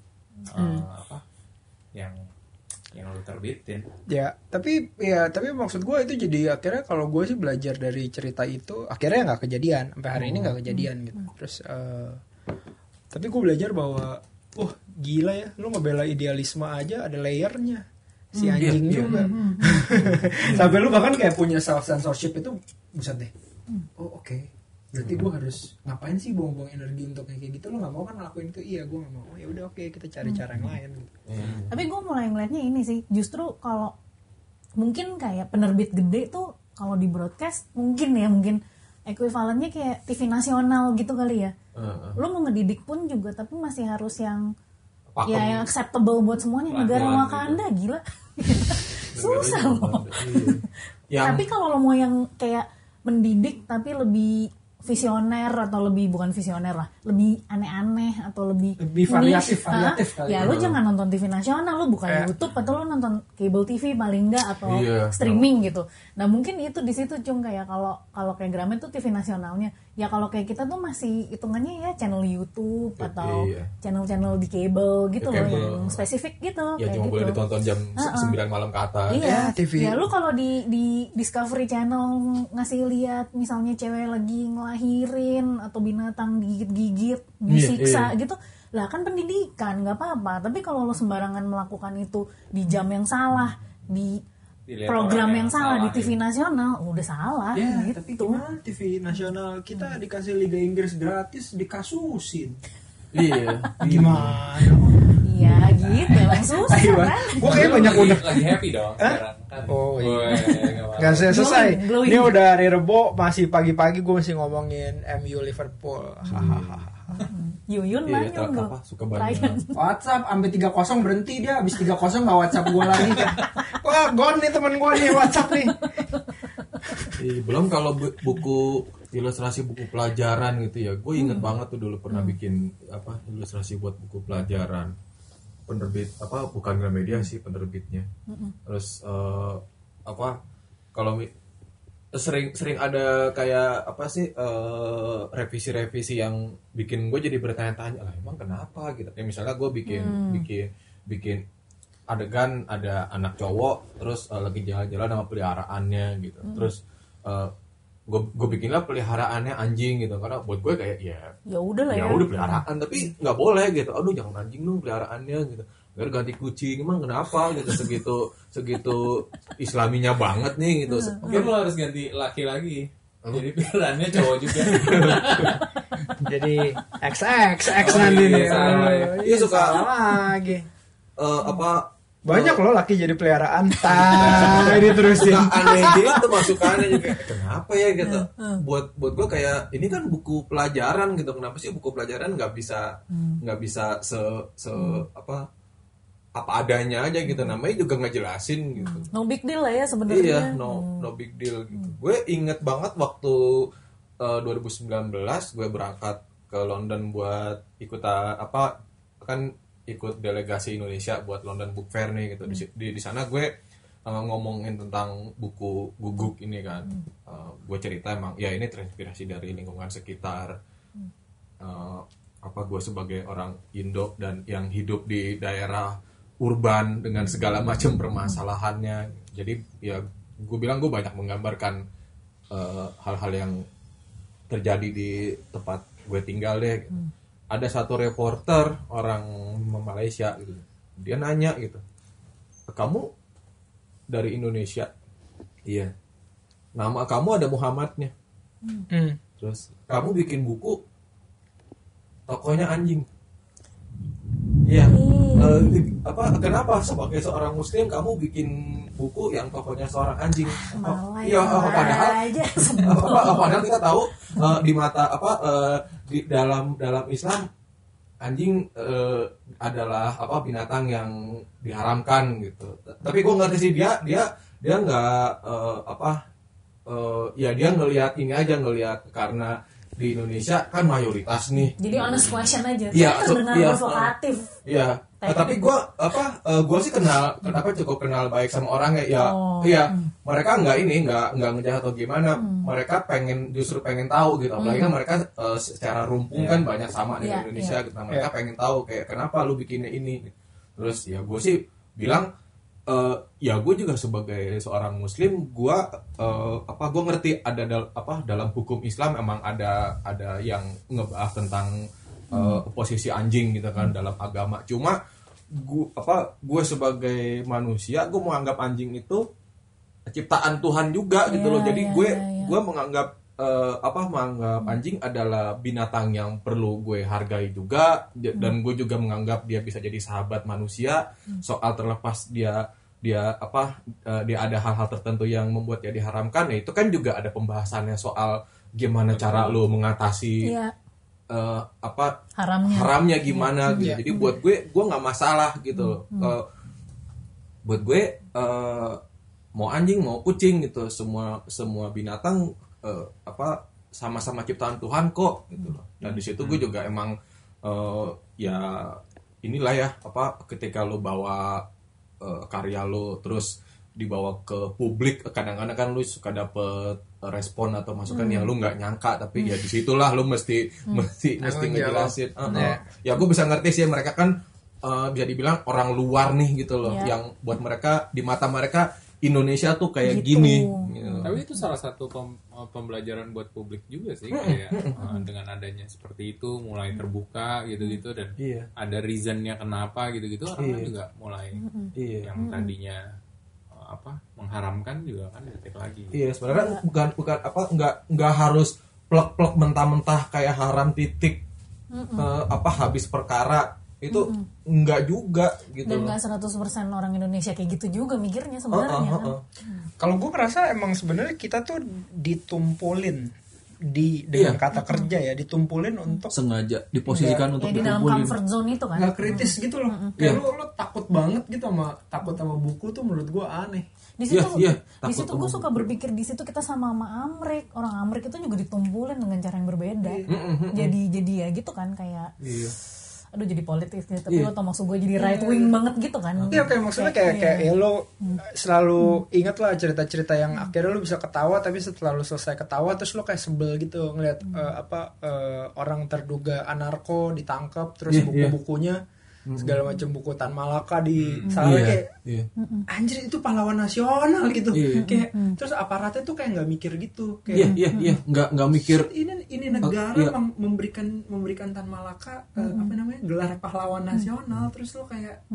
yang lo terbitin. Tapi maksud gue itu jadi akhirnya kalau gue sih belajar dari cerita itu, akhirnya nggak kejadian sampai hari ini, nggak kejadian gitu. Terus Tapi gue belajar bahwa gila ya, lu ngebela idealisme aja ada layernya. Si anjing juga. Sampai lu bahkan kayak punya self censorship itu, buset deh. Oke. Berarti gue harus ngapain sih buang-buang energi untuk kayak gitu? Lu nggak mau kan ngelakuin itu? Iya, gue nggak mau. Ya udah oke, kita cari cara yang lain. Gitu. Tapi gue mulai ngeliatnya ini sih, justru kalau mungkin kayak penerbit gede tuh kalau di broadcast mungkin ekuivalennya kayak TV nasional gitu kali ya. Lu mau ngedidik pun juga, tapi masih harus yang yang acceptable buat semuanya. Negara Wakanda gila. Susah loh. Tapi kalau lo mau yang kayak mendidik tapi lebih visioner atau lebih bukan visioner lah, lebih aneh-aneh atau lebih variatif kali. Ya lu jangan nonton TV nasional, lu buka YouTube atau lu nonton cable TV paling enggak atau streaming gitu. Nah mungkin itu di situ Cung, kayak kalau kayak Gramet tuh TV nasionalnya. Ya kalau kayak kita tuh masih hitungannya ya channel YouTube atau channel-channel di cable gitu loh, yang spesifik gitu. Ya kayak cuma gitu. boleh ditonton jam 9 malam ke atas. Iya, TV. Ya lu kalau di Discovery Channel ngasih lihat misalnya cewek lagi ngelahirin atau binatang digigit-gigit, disiksa gitu, lah kan pendidikan nggak apa-apa. Tapi kalau lo sembarangan melakukan itu di jam yang salah, di program yang salah di TV nasional, udah salah. Ya, gitu. tapi gimana TV nasional kita dikasih Liga Inggris gratis dikasusin. Iya. Gimana? Iya gitu, emang susah kan. Gue kayak banyak udah lagi happy dong sekarang kan. Oh iya. Nggak Gak selesai. Glowing. Ini udah hari Rebo, masih pagi-pagi gue masih ngomongin MU Liverpool. Hahaha. Yuyun Iya, manyun loh. suka banget. WhatsApp sampai 3-0 berhenti dia, habis 3-0 enggak WhatsApp gue lagi. Wah, gon nih teman gue nih WhatsApp nih. Belum kalau buku ilustrasi buku pelajaran gitu ya. Gue inget banget tuh dulu pernah bikin ilustrasi buat buku pelajaran. Penerbit bukan Gramedia sih penerbitnya. Terus kalau sering ada kayak revisi-revisi yang bikin gue jadi bertanya-tanya lah emang kenapa gitu. Kayak misalnya gue bikin adegan ada anak cowok terus lagi jalan-jalan sama peliharaannya gitu. Terus gue bikinlah peliharaannya anjing gitu, karena buat gue kayak ya udah lah ya udah peliharaan tapi nggak boleh gitu. Aduh jangan anjing dong peliharaannya gitu, biar ganti kucing. Emang kenapa gitu, segitu islaminya banget nih gitu. Mungkin lo harus ganti laki lagi, jadi peliharaannya cowok juga. Jadi XX nanti nih. Iya suka lagi. Oh. Banyak loh laki jadi peliharaan. Ini terusin. Aneh gitu masukannya juga. Kenapa ya gitu? Buat gue kayak ini kan buku pelajaran gitu. Kenapa sih buku pelajaran nggak bisa apa adanya aja gitu. Namanya juga nggak jelasin gitu. No big deal lah ya sebenarnya. Iya, no big deal gitu. Gue inget banget waktu 2019 gue berangkat ke London buat ikut delegasi Indonesia buat London Book Fair nih gitu. Di sana gue ngomongin tentang buku Guguk ini kan. Gue cerita emang ya ini terinspirasi dari lingkungan sekitar. Gue sebagai orang Indo dan yang hidup di daerah urban dengan segala macam permasalahannya. Jadi ya gue bilang gue banyak menggambarkan hal-hal yang terjadi di tempat gue tinggal deh gitu. Ada satu reporter orang Malaysia gitu, dia nanya gitu, kamu dari Indonesia? Iya. Nama kamu ada Muhammadnya. Terus kamu bikin buku tokohnya anjing. Iya. Kenapa sebagai seorang Muslim kamu bikin buku yang tokohnya seorang anjing? Padahal kita tahu di mata di dalam Islam anjing adalah binatang yang diharamkan gitu. Tapi gue ngerti sih dia nggak dia ngelihat karena di Indonesia kan mayoritas nih. Jadi honest question aja. Iya, terdengar provokatif. Iya. Tapi gue sih cukup kenal baik sama orangnya. Iya. Mereka nggak ngejahat atau gimana. Mereka justru pengen tahu gitu. Apalagi kan mereka secara rumpun kan banyak sama di Indonesia gitu. Nah, mereka pengen tahu kayak kenapa lu bikinnya ini. Terus ya gue sih bilang ya gue juga sebagai seorang Muslim gue ngerti ada dalam hukum Islam emang ada yang ngebahas tentang posisi anjing gitu kan dalam agama. Cuma gue sebagai manusia gue menganggap anjing itu ciptaan Tuhan juga gitu loh. Jadi gue menganggap menganggap anjing adalah binatang yang perlu gue hargai juga, dan gue juga menganggap dia bisa jadi sahabat manusia. Soal terlepas dia ada hal-hal tertentu yang membuat dia diharamkan, ya itu kan juga ada pembahasannya soal gimana cara lo mengatasi haramnya gimana gitu. Jadi buat gue nggak masalah gitu. Buat gue mau anjing mau kucing gitu, semua binatang sama-sama ciptaan Tuhan kok gitu loh. Dan di situ gue juga emang ya inilah ya ketika lo bawa karya lo terus dibawa ke publik, kadang-kadang kan lu suka dapet respon atau masukan yang lu nggak nyangka, tapi ya disitulah lu mesti ngejelasin. Ya gue bisa ngerti sih, mereka kan bisa dibilang orang luar nih gitu loh, yang buat mereka, di mata mereka Indonesia tuh kayak gitu. Gini gitu. Tapi itu salah satu pembelajaran buat publik juga sih, kayak dengan adanya seperti itu mulai terbuka gitu-gitu, dan ada reasonnya kenapa gitu-gitu, orang juga mulai yang tadinya mengharamkan juga kan detik lagi. Iya, sebenarnya bukan nggak harus plek-plek mentah-mentah kayak haram titik habis perkara itu enggak juga gitu. Dan nggak 100% orang Indonesia kayak gitu juga mikirnya sebenarnya. Kalau gue ngerasa emang sebenarnya kita tuh ditumpulin dengan kata kerja ya, ditumpulin untuk sengaja diposisikan untuk di dalam comfort zone itu kan. Nggak kritis gitu loh. Kayak lo takut banget gitu sama buku tuh, menurut gue aneh. Di situ gue suka berpikir, di situ kita sama Amrik, orang Amrik itu juga ditumpulin dengan cara yang berbeda. Jadi ya gitu kan, kayak aduh jadi politis gitu, tapi lo tau maksud gue jadi right wing banget gitu kan. Iya, kayak maksudnya kayak lo selalu ingat lah cerita-cerita yang akhirnya lo bisa ketawa, tapi setelah lo selesai ketawa terus lo kayak sebel gitu ngelihat orang terduga anarko ditangkap, terus buku-bukunya segala macam, buku Tan Malaka di salah kayak anjir itu pahlawan nasional gitu. Kayak terus aparatnya tuh kayak nggak mikir gitu, kayak nggak mikir ini negara memberikan Tan Malaka gelar pahlawan nasional, terus lo kayak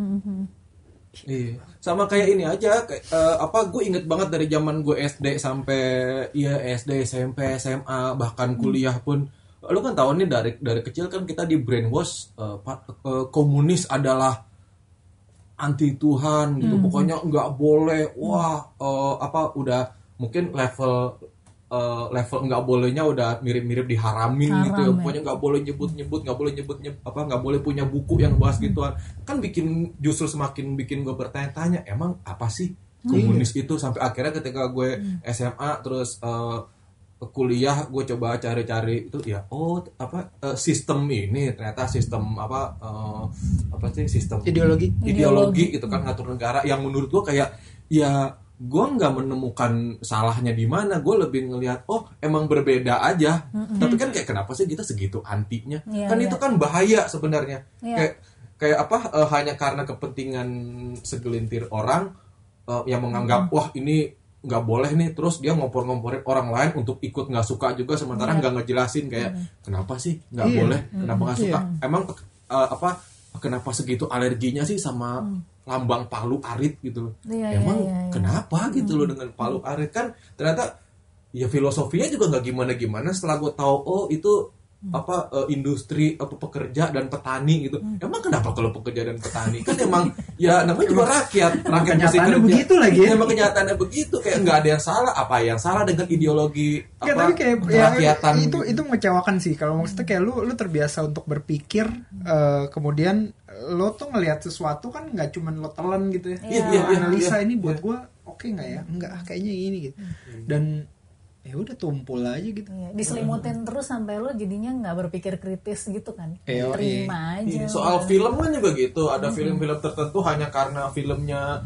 sama kayak ini aja, gue inget banget dari zaman gue SD sampai SD, SMP, SMA, bahkan kuliah pun. Lu kan tahu nih dari kecil kan kita di brainwash komunis adalah anti Tuhan gitu. Pokoknya nggak boleh. Udah mungkin level nggak bolehnya udah mirip-mirip diharamin gitu ya. Pokoknya nggak boleh nyebut-nyebut, nggak boleh punya buku yang bahas gituan. Kan justru semakin bikin gue bertanya-tanya, emang apa sih komunis itu? Sampai akhirnya ketika gue SMA terus kuliah, gue coba cari-cari itu ya, sistem ini ternyata sistem sistem ideologi gitu kan, ngatur negara, yang menurut gue kayak ya gue nggak menemukan salahnya di mana, gue lebih ngelihat emang berbeda aja. Tapi kan kayak kenapa sih kita segitu antinya? Itu kan bahaya sebenarnya. Kayak hanya karena kepentingan segelintir orang yang menganggap wah ini nggak boleh nih, terus dia ngompor-ngomporin orang lain untuk ikut nggak suka juga, sementara nggak ngejelasin kayak kenapa sih nggak boleh, kenapa nggak suka, emang kenapa segitu alerginya sih sama lambang Palu Arit gitu, kenapa gitu loh dengan Palu Arit. Kan ternyata ya filosofinya juga nggak gimana-gimana. Setelah gue tahu itu industri pekerja dan petani gitu. Emang kenapa kalau pekerja dan petani? Kan emang ya namanya juga rakyat kenyataannya begitu lagi ya. Emang kenyataannya begitu, kayak nggak ada yang salah. Apa yang salah dengan ideologi tapi kayak kerakyatan? Itu mengecewakan sih. Kalau maksudnya kayak lu terbiasa untuk berpikir, kemudian lo tuh ngelihat sesuatu kan nggak cuman lo telan gitu ya. Analisa ini buat gue oke nggak ya? Enggak, kayaknya ini gitu. Dan ya udah tumpul aja gitu. Diselimutin terus sampai lo jadinya nggak berpikir kritis gitu kan. Terima aja. Soal film kan juga gitu. Ada film-film tertentu hanya karena filmnya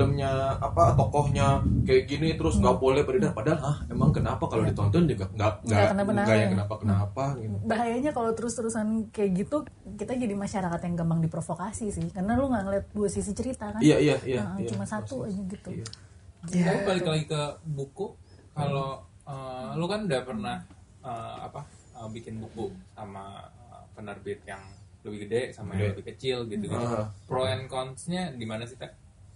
tokohnya kayak gini terus nggak boleh beredar. Padahal emang kenapa kalau ditonton juga nggak yang kenapa gitu. Bahayanya kalau terus-terusan kayak gitu, kita jadi masyarakat yang gampang diprovokasi sih. Karena lo nggak ngeliat dua sisi cerita kan. Iya. Cuma satu aja gitu. Tapi balik lagi ke buku, kalau lu kan udah pernah bikin buku sama penerbit yang lebih gede sama yang lebih kecil gitu. Pro and cons-nya di mana sih, Teh?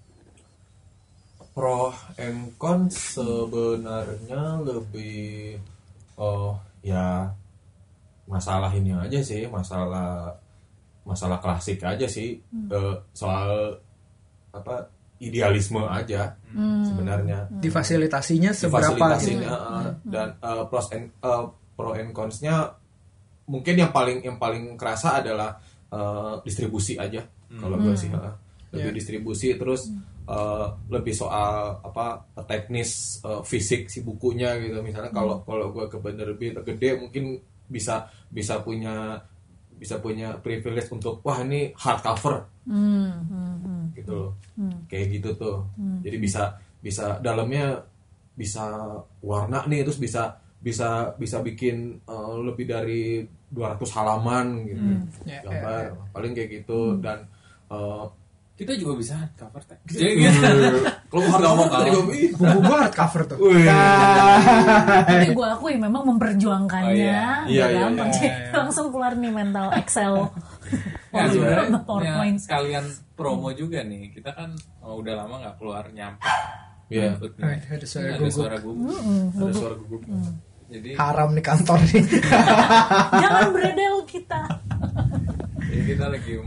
Pro and cons sebenarnya lebih ya masalah ini aja sih, masalah klasik aja sih, soal apa idealisme aja sebenarnya. Difasilitasinya seberapa gitu. Dan pro and cons-nya mungkin yang paling kerasa adalah distribusi aja kalau gue sih, lebih distribusi, terus lebih soal apa teknis fisik si bukunya gitu. Misalnya kalau gue ke penerbit gede mungkin bisa punya privilege untuk wah ini hardcover gitu loh, kayak gitu tuh. Jadi bisa dalamnya bisa warna nih, terus bisa bikin lebih dari 200 halaman gitu gambar. Paling kayak gitu. Dan kita juga bisa cover Teh. Kalau hardcover tadi Buku gua hardcover tuh. Tapi gue akui memang memperjuangkannya. Iya, Langsung keluar nih mental Excel. Ya, sebenarnya PowerPoint. sekalian promo juga nih. Kita kan udah lama nggak keluar nyampe. Iya. Ada suara Ada suara gugup. Ada suara gugup. Jadi haram di kantor nih. Jangan beredel kita. Jadi kita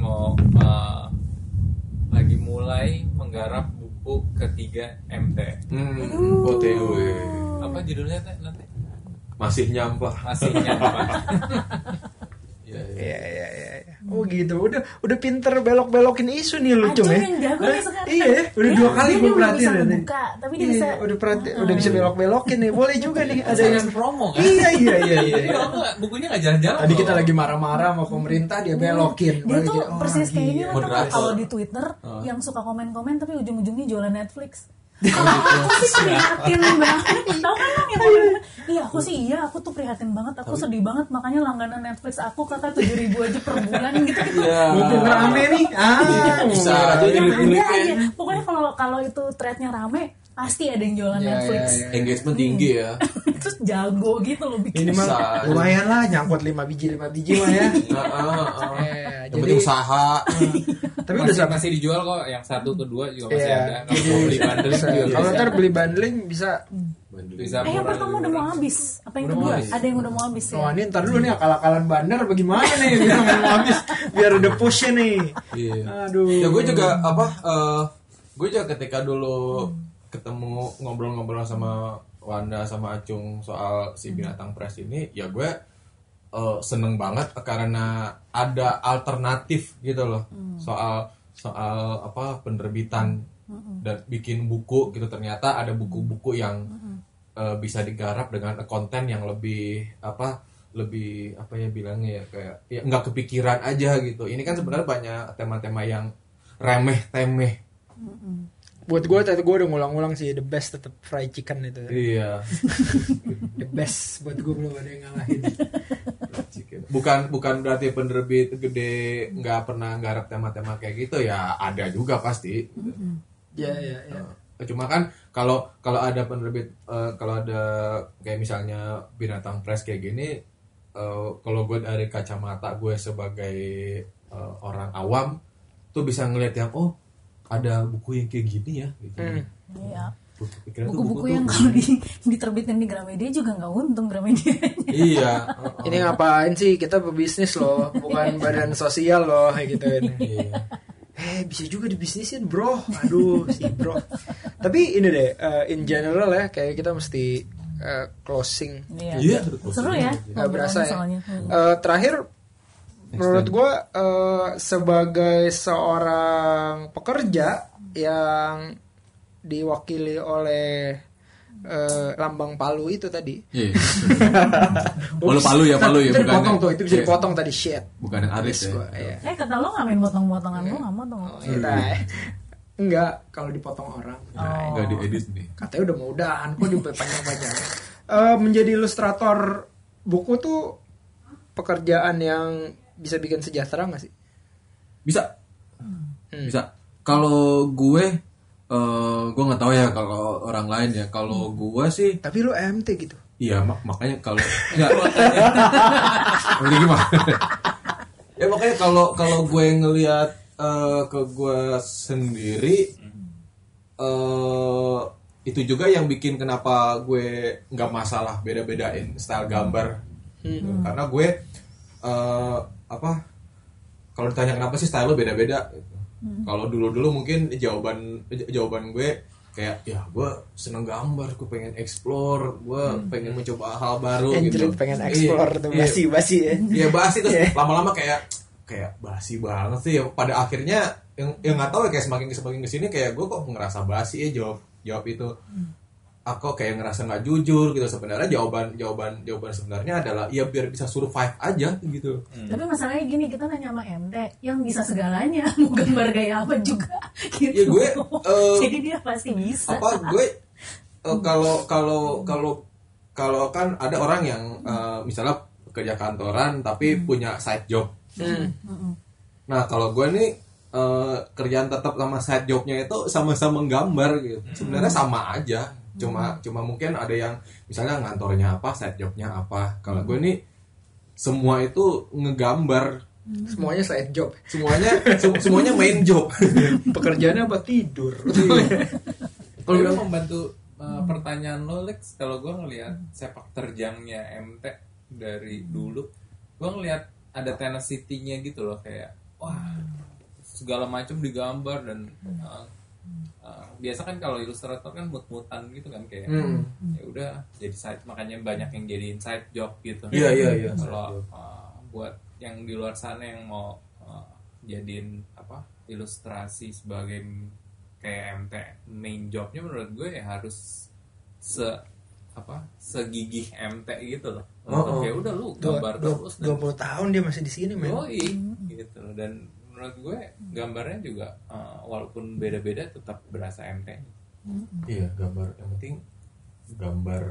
lagi mulai menggarap buku ketiga MT. OTW. Apa judulnya Teh nanti? Masih nyampah. Masih nyampah. Iya. Oh gitu. Udah pinter belok-belokin isu nih lu, Cung ya. Yang jago nih sekarang. Iya, udah 2 kali gue perhatiin nih. nih. Tapi dia bisa Udah bisa belok-belokin nih. Boleh juga nih ada yang promo kan? Iya. Jadi kalau bukunya nggak jalan-jalan. Tadi kita lagi marah-marah sama pemerintah, dia belokin. Dia tuh persis kayak ini loh, kalau di Twitter yang suka komen-komen tapi ujung-ujungnya jualan Netflix. Aku sih prihatin banget. Tahu kan lo yang komen? Iya aku tuh prihatin banget. Aku sedih banget, makanya langganan Netflix aku kakak 7.000 aja per bulan gitu. Mumpung rame nih. Bisa Ada aja. Pokoknya kalau itu threadnya rame, pasti ada yang jualan Netflix. Engagement tinggi ya. Terus jago gitu loh bikin. Ini mah lumayan lah, nyangkut 5 biji mah ya. Yang penting usaha. Tapi udah masih dijual kok, yang 1 kedua juga masih ada. Kalau mau beli bundling juga kalau bisa. ntar beli bundling bisa. Yang pertama udah mau habis. Apa yang kedua? Ada yang udah mau habis ya. Wah ini ntar dulu nih akal-akalan bandar bagaimana nih biar mau habis, biar udah push nih. Aduh. Ya gue juga gue juga ketika dulu ketemu ngobrol-ngobrol sama Wanda sama Acung soal si Binatang Press ini, ya gue seneng banget karena ada alternatif gitu loh soal apa penerbitan dan bikin buku gitu. Ternyata ada buku-buku yang bisa digarap dengan konten yang lebih apa ya bilangnya ya, kayak ya nggak kepikiran aja gitu. Ini kan sebenarnya banyak tema-tema yang remeh-temeh. Buat gue udah ngulang-ngulang sih, the best tetap fried chicken itu. Iya. The best buat gue, belum ada yang ngalahin. Bukan berarti penerbit gede nggak pernah garap tema-tema kayak gitu, ya ada juga pasti. Ya. Cuma kan kalau ada penerbit kalau ada kayak misalnya Binatang Press kayak gini, kalau gue dari kacamata gue sebagai orang awam tuh bisa ngeliat yang ada buku yang kayak gini ya gitu. Iya. Buku-buku yang kalau diterbitin di Gramedia juga nggak untung Gramedia. Iya. Ini ngapain sih, kita pebisnis loh, bukan badan sosial loh kayak gitu ini. Bisa juga dibisnisin bro. Aduh si bro. Tapi ini deh, in general ya, kayak kita mesti closing. Iya. Seru ya. Nggak berasa ya. Terakhir, menurut gue sebagai seorang pekerja yang diwakili oleh lambang Palu itu tadi. Palu ya bukan. Potong tuh, itu bisa dipotong tadi, shit. Bukan yang Aris ya. Kata lo nggak main potong-potongan, lo nggak mau dong. Enggak, kalau dipotong orang. Enggak diedit nih. Katanya udah mau udahan, kok dipanjang-panjang. Menjadi ilustrator buku tuh pekerjaan yang bisa bikin sejahtera nggak sih? Bisa. Kalau gue nggak tahu ya kalau orang lain ya. Kalau gue sih. Tapi lu MT gitu. Iya, makanya kalau nggak. Ini gimana? Ya makanya kalau gue ngelihat ke gue sendiri itu juga yang bikin kenapa gue nggak masalah beda-bedain style gambar. Karena gue kalau ditanya kenapa sih style lo beda-beda gitu. Kalau dulu mungkin jawaban gue kayak ya gue seneng gambar, gue pengen explore, gue pengen mencoba hal baru gitu. Pengen explore tuh basi ya. Iya basi terus lama-lama kayak basi banget sih ya. Pada akhirnya yang nggak tahu ya, kayak semakin kesini kayak gue kok ngerasa basi ya jawab itu. Aku kayak ngerasa nggak jujur gitu. Sebenarnya jawaban sebenarnya adalah ya biar bisa survive aja gitu. Tapi masalahnya gini, kita nanya sama MT yang bisa segalanya, mau gambar gaya apa juga gitu. Ya gue jadi dia pasti bisa. gue kalau kan ada orang yang misalnya kerja kantoran tapi punya side job. Nah kalau gue nih kerjaan tetap sama side jobnya itu sama-sama gambar gitu. Sebenarnya sama aja. Cuma mungkin ada yang misalnya ngantornya apa, side jobnya apa. Kalau gue nih semua itu ngegambar. Semuanya side job. Semuanya main job. Pekerjaannya apa? Tidur. Kalau gue membantu pertanyaan lo, Lex, kalau gue ngelihat sepak terjangnya MT dari dulu, gue ngelihat ada tenacity-nya gitu loh, kayak wah segala macam digambar dan biasa kan kalau ilustrator kan mut-mutan gitu kan kayak ya udah jadi side, makanya banyak yang jadiin side job gitu. Iya. Kalau buat yang di luar sana yang mau jadiin ilustrasi sebagai kayak MT main jobnya, menurut gue ya harus segigih MT gitu loh. Untuk ya udah lu gambar terus 20 tahun dia masih di sini, men. Gitu loh. Dan menurut gue gambarnya juga walaupun beda-beda tetap berasa MT. Iya, gambar yang penting gambar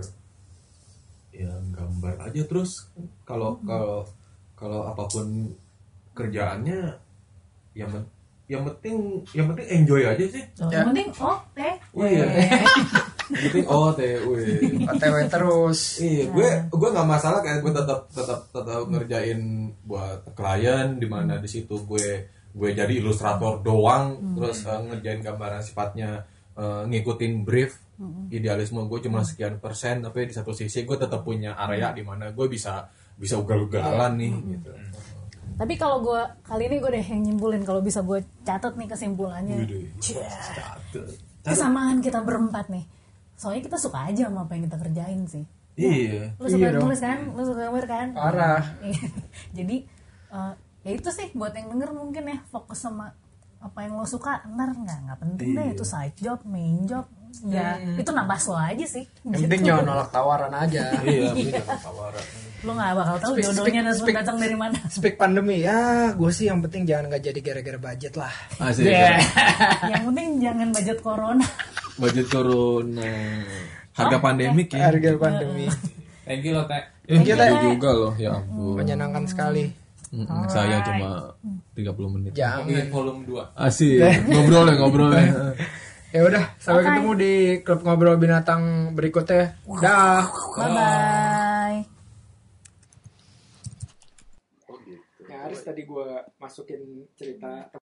aja terus. Kalau apapun kerjaannya yang penting enjoy aja sih. Yang penting Iya. Penting OTW terus. Iya, gue nggak masalah kayak gue tetap ngerjain buat klien, di mana di situ gue jadi ilustrator doang, terus ngerjain gambaran sifatnya ngikutin brief. Idealisme gue cuma sekian %, tapi di satu sisi gue tetap punya area di mana gue bisa ugal-ugalan nih gitu. Tapi kalau gue kali ini gue deh yang nyimpulin, kalau bisa gue catat nih kesimpulannya. Kesamaan kita berempat nih. Soalnya kita suka aja sama apa yang kita kerjain sih. Iya. Lu suka nulis kan? Lu suka gambar kan? Parah. Jadi ya itu sih buat yang denger mungkin ya, fokus sama apa yang lo suka. Ntar nggak penting deh itu side job, main job. Ya itu nambah lo aja sih. Yang penting jangan nolak tawaran aja. Iya, nolak tawaran. Lo nggak bakal tahu jodohnya datang dari mana. Speak pandemi ya, gue sih yang penting jangan nggak jadi gara-gara budget lah. Asik. Yang penting jangan budget corona. Budget corona. Harga pandemik ya. Harga pandemi. Thank you lo, Teh. Thank you, Teh. Juga loh, ya ampun. Menyenangkan sekali. Saya cuma 30 menit. Jangan. Ini volume 2. Asik. Ngobrol ya. Ya udah, sampai ketemu di klub ngobrol binatang berikutnya. Dah. Bye. Nyaris tadi gue masukin cerita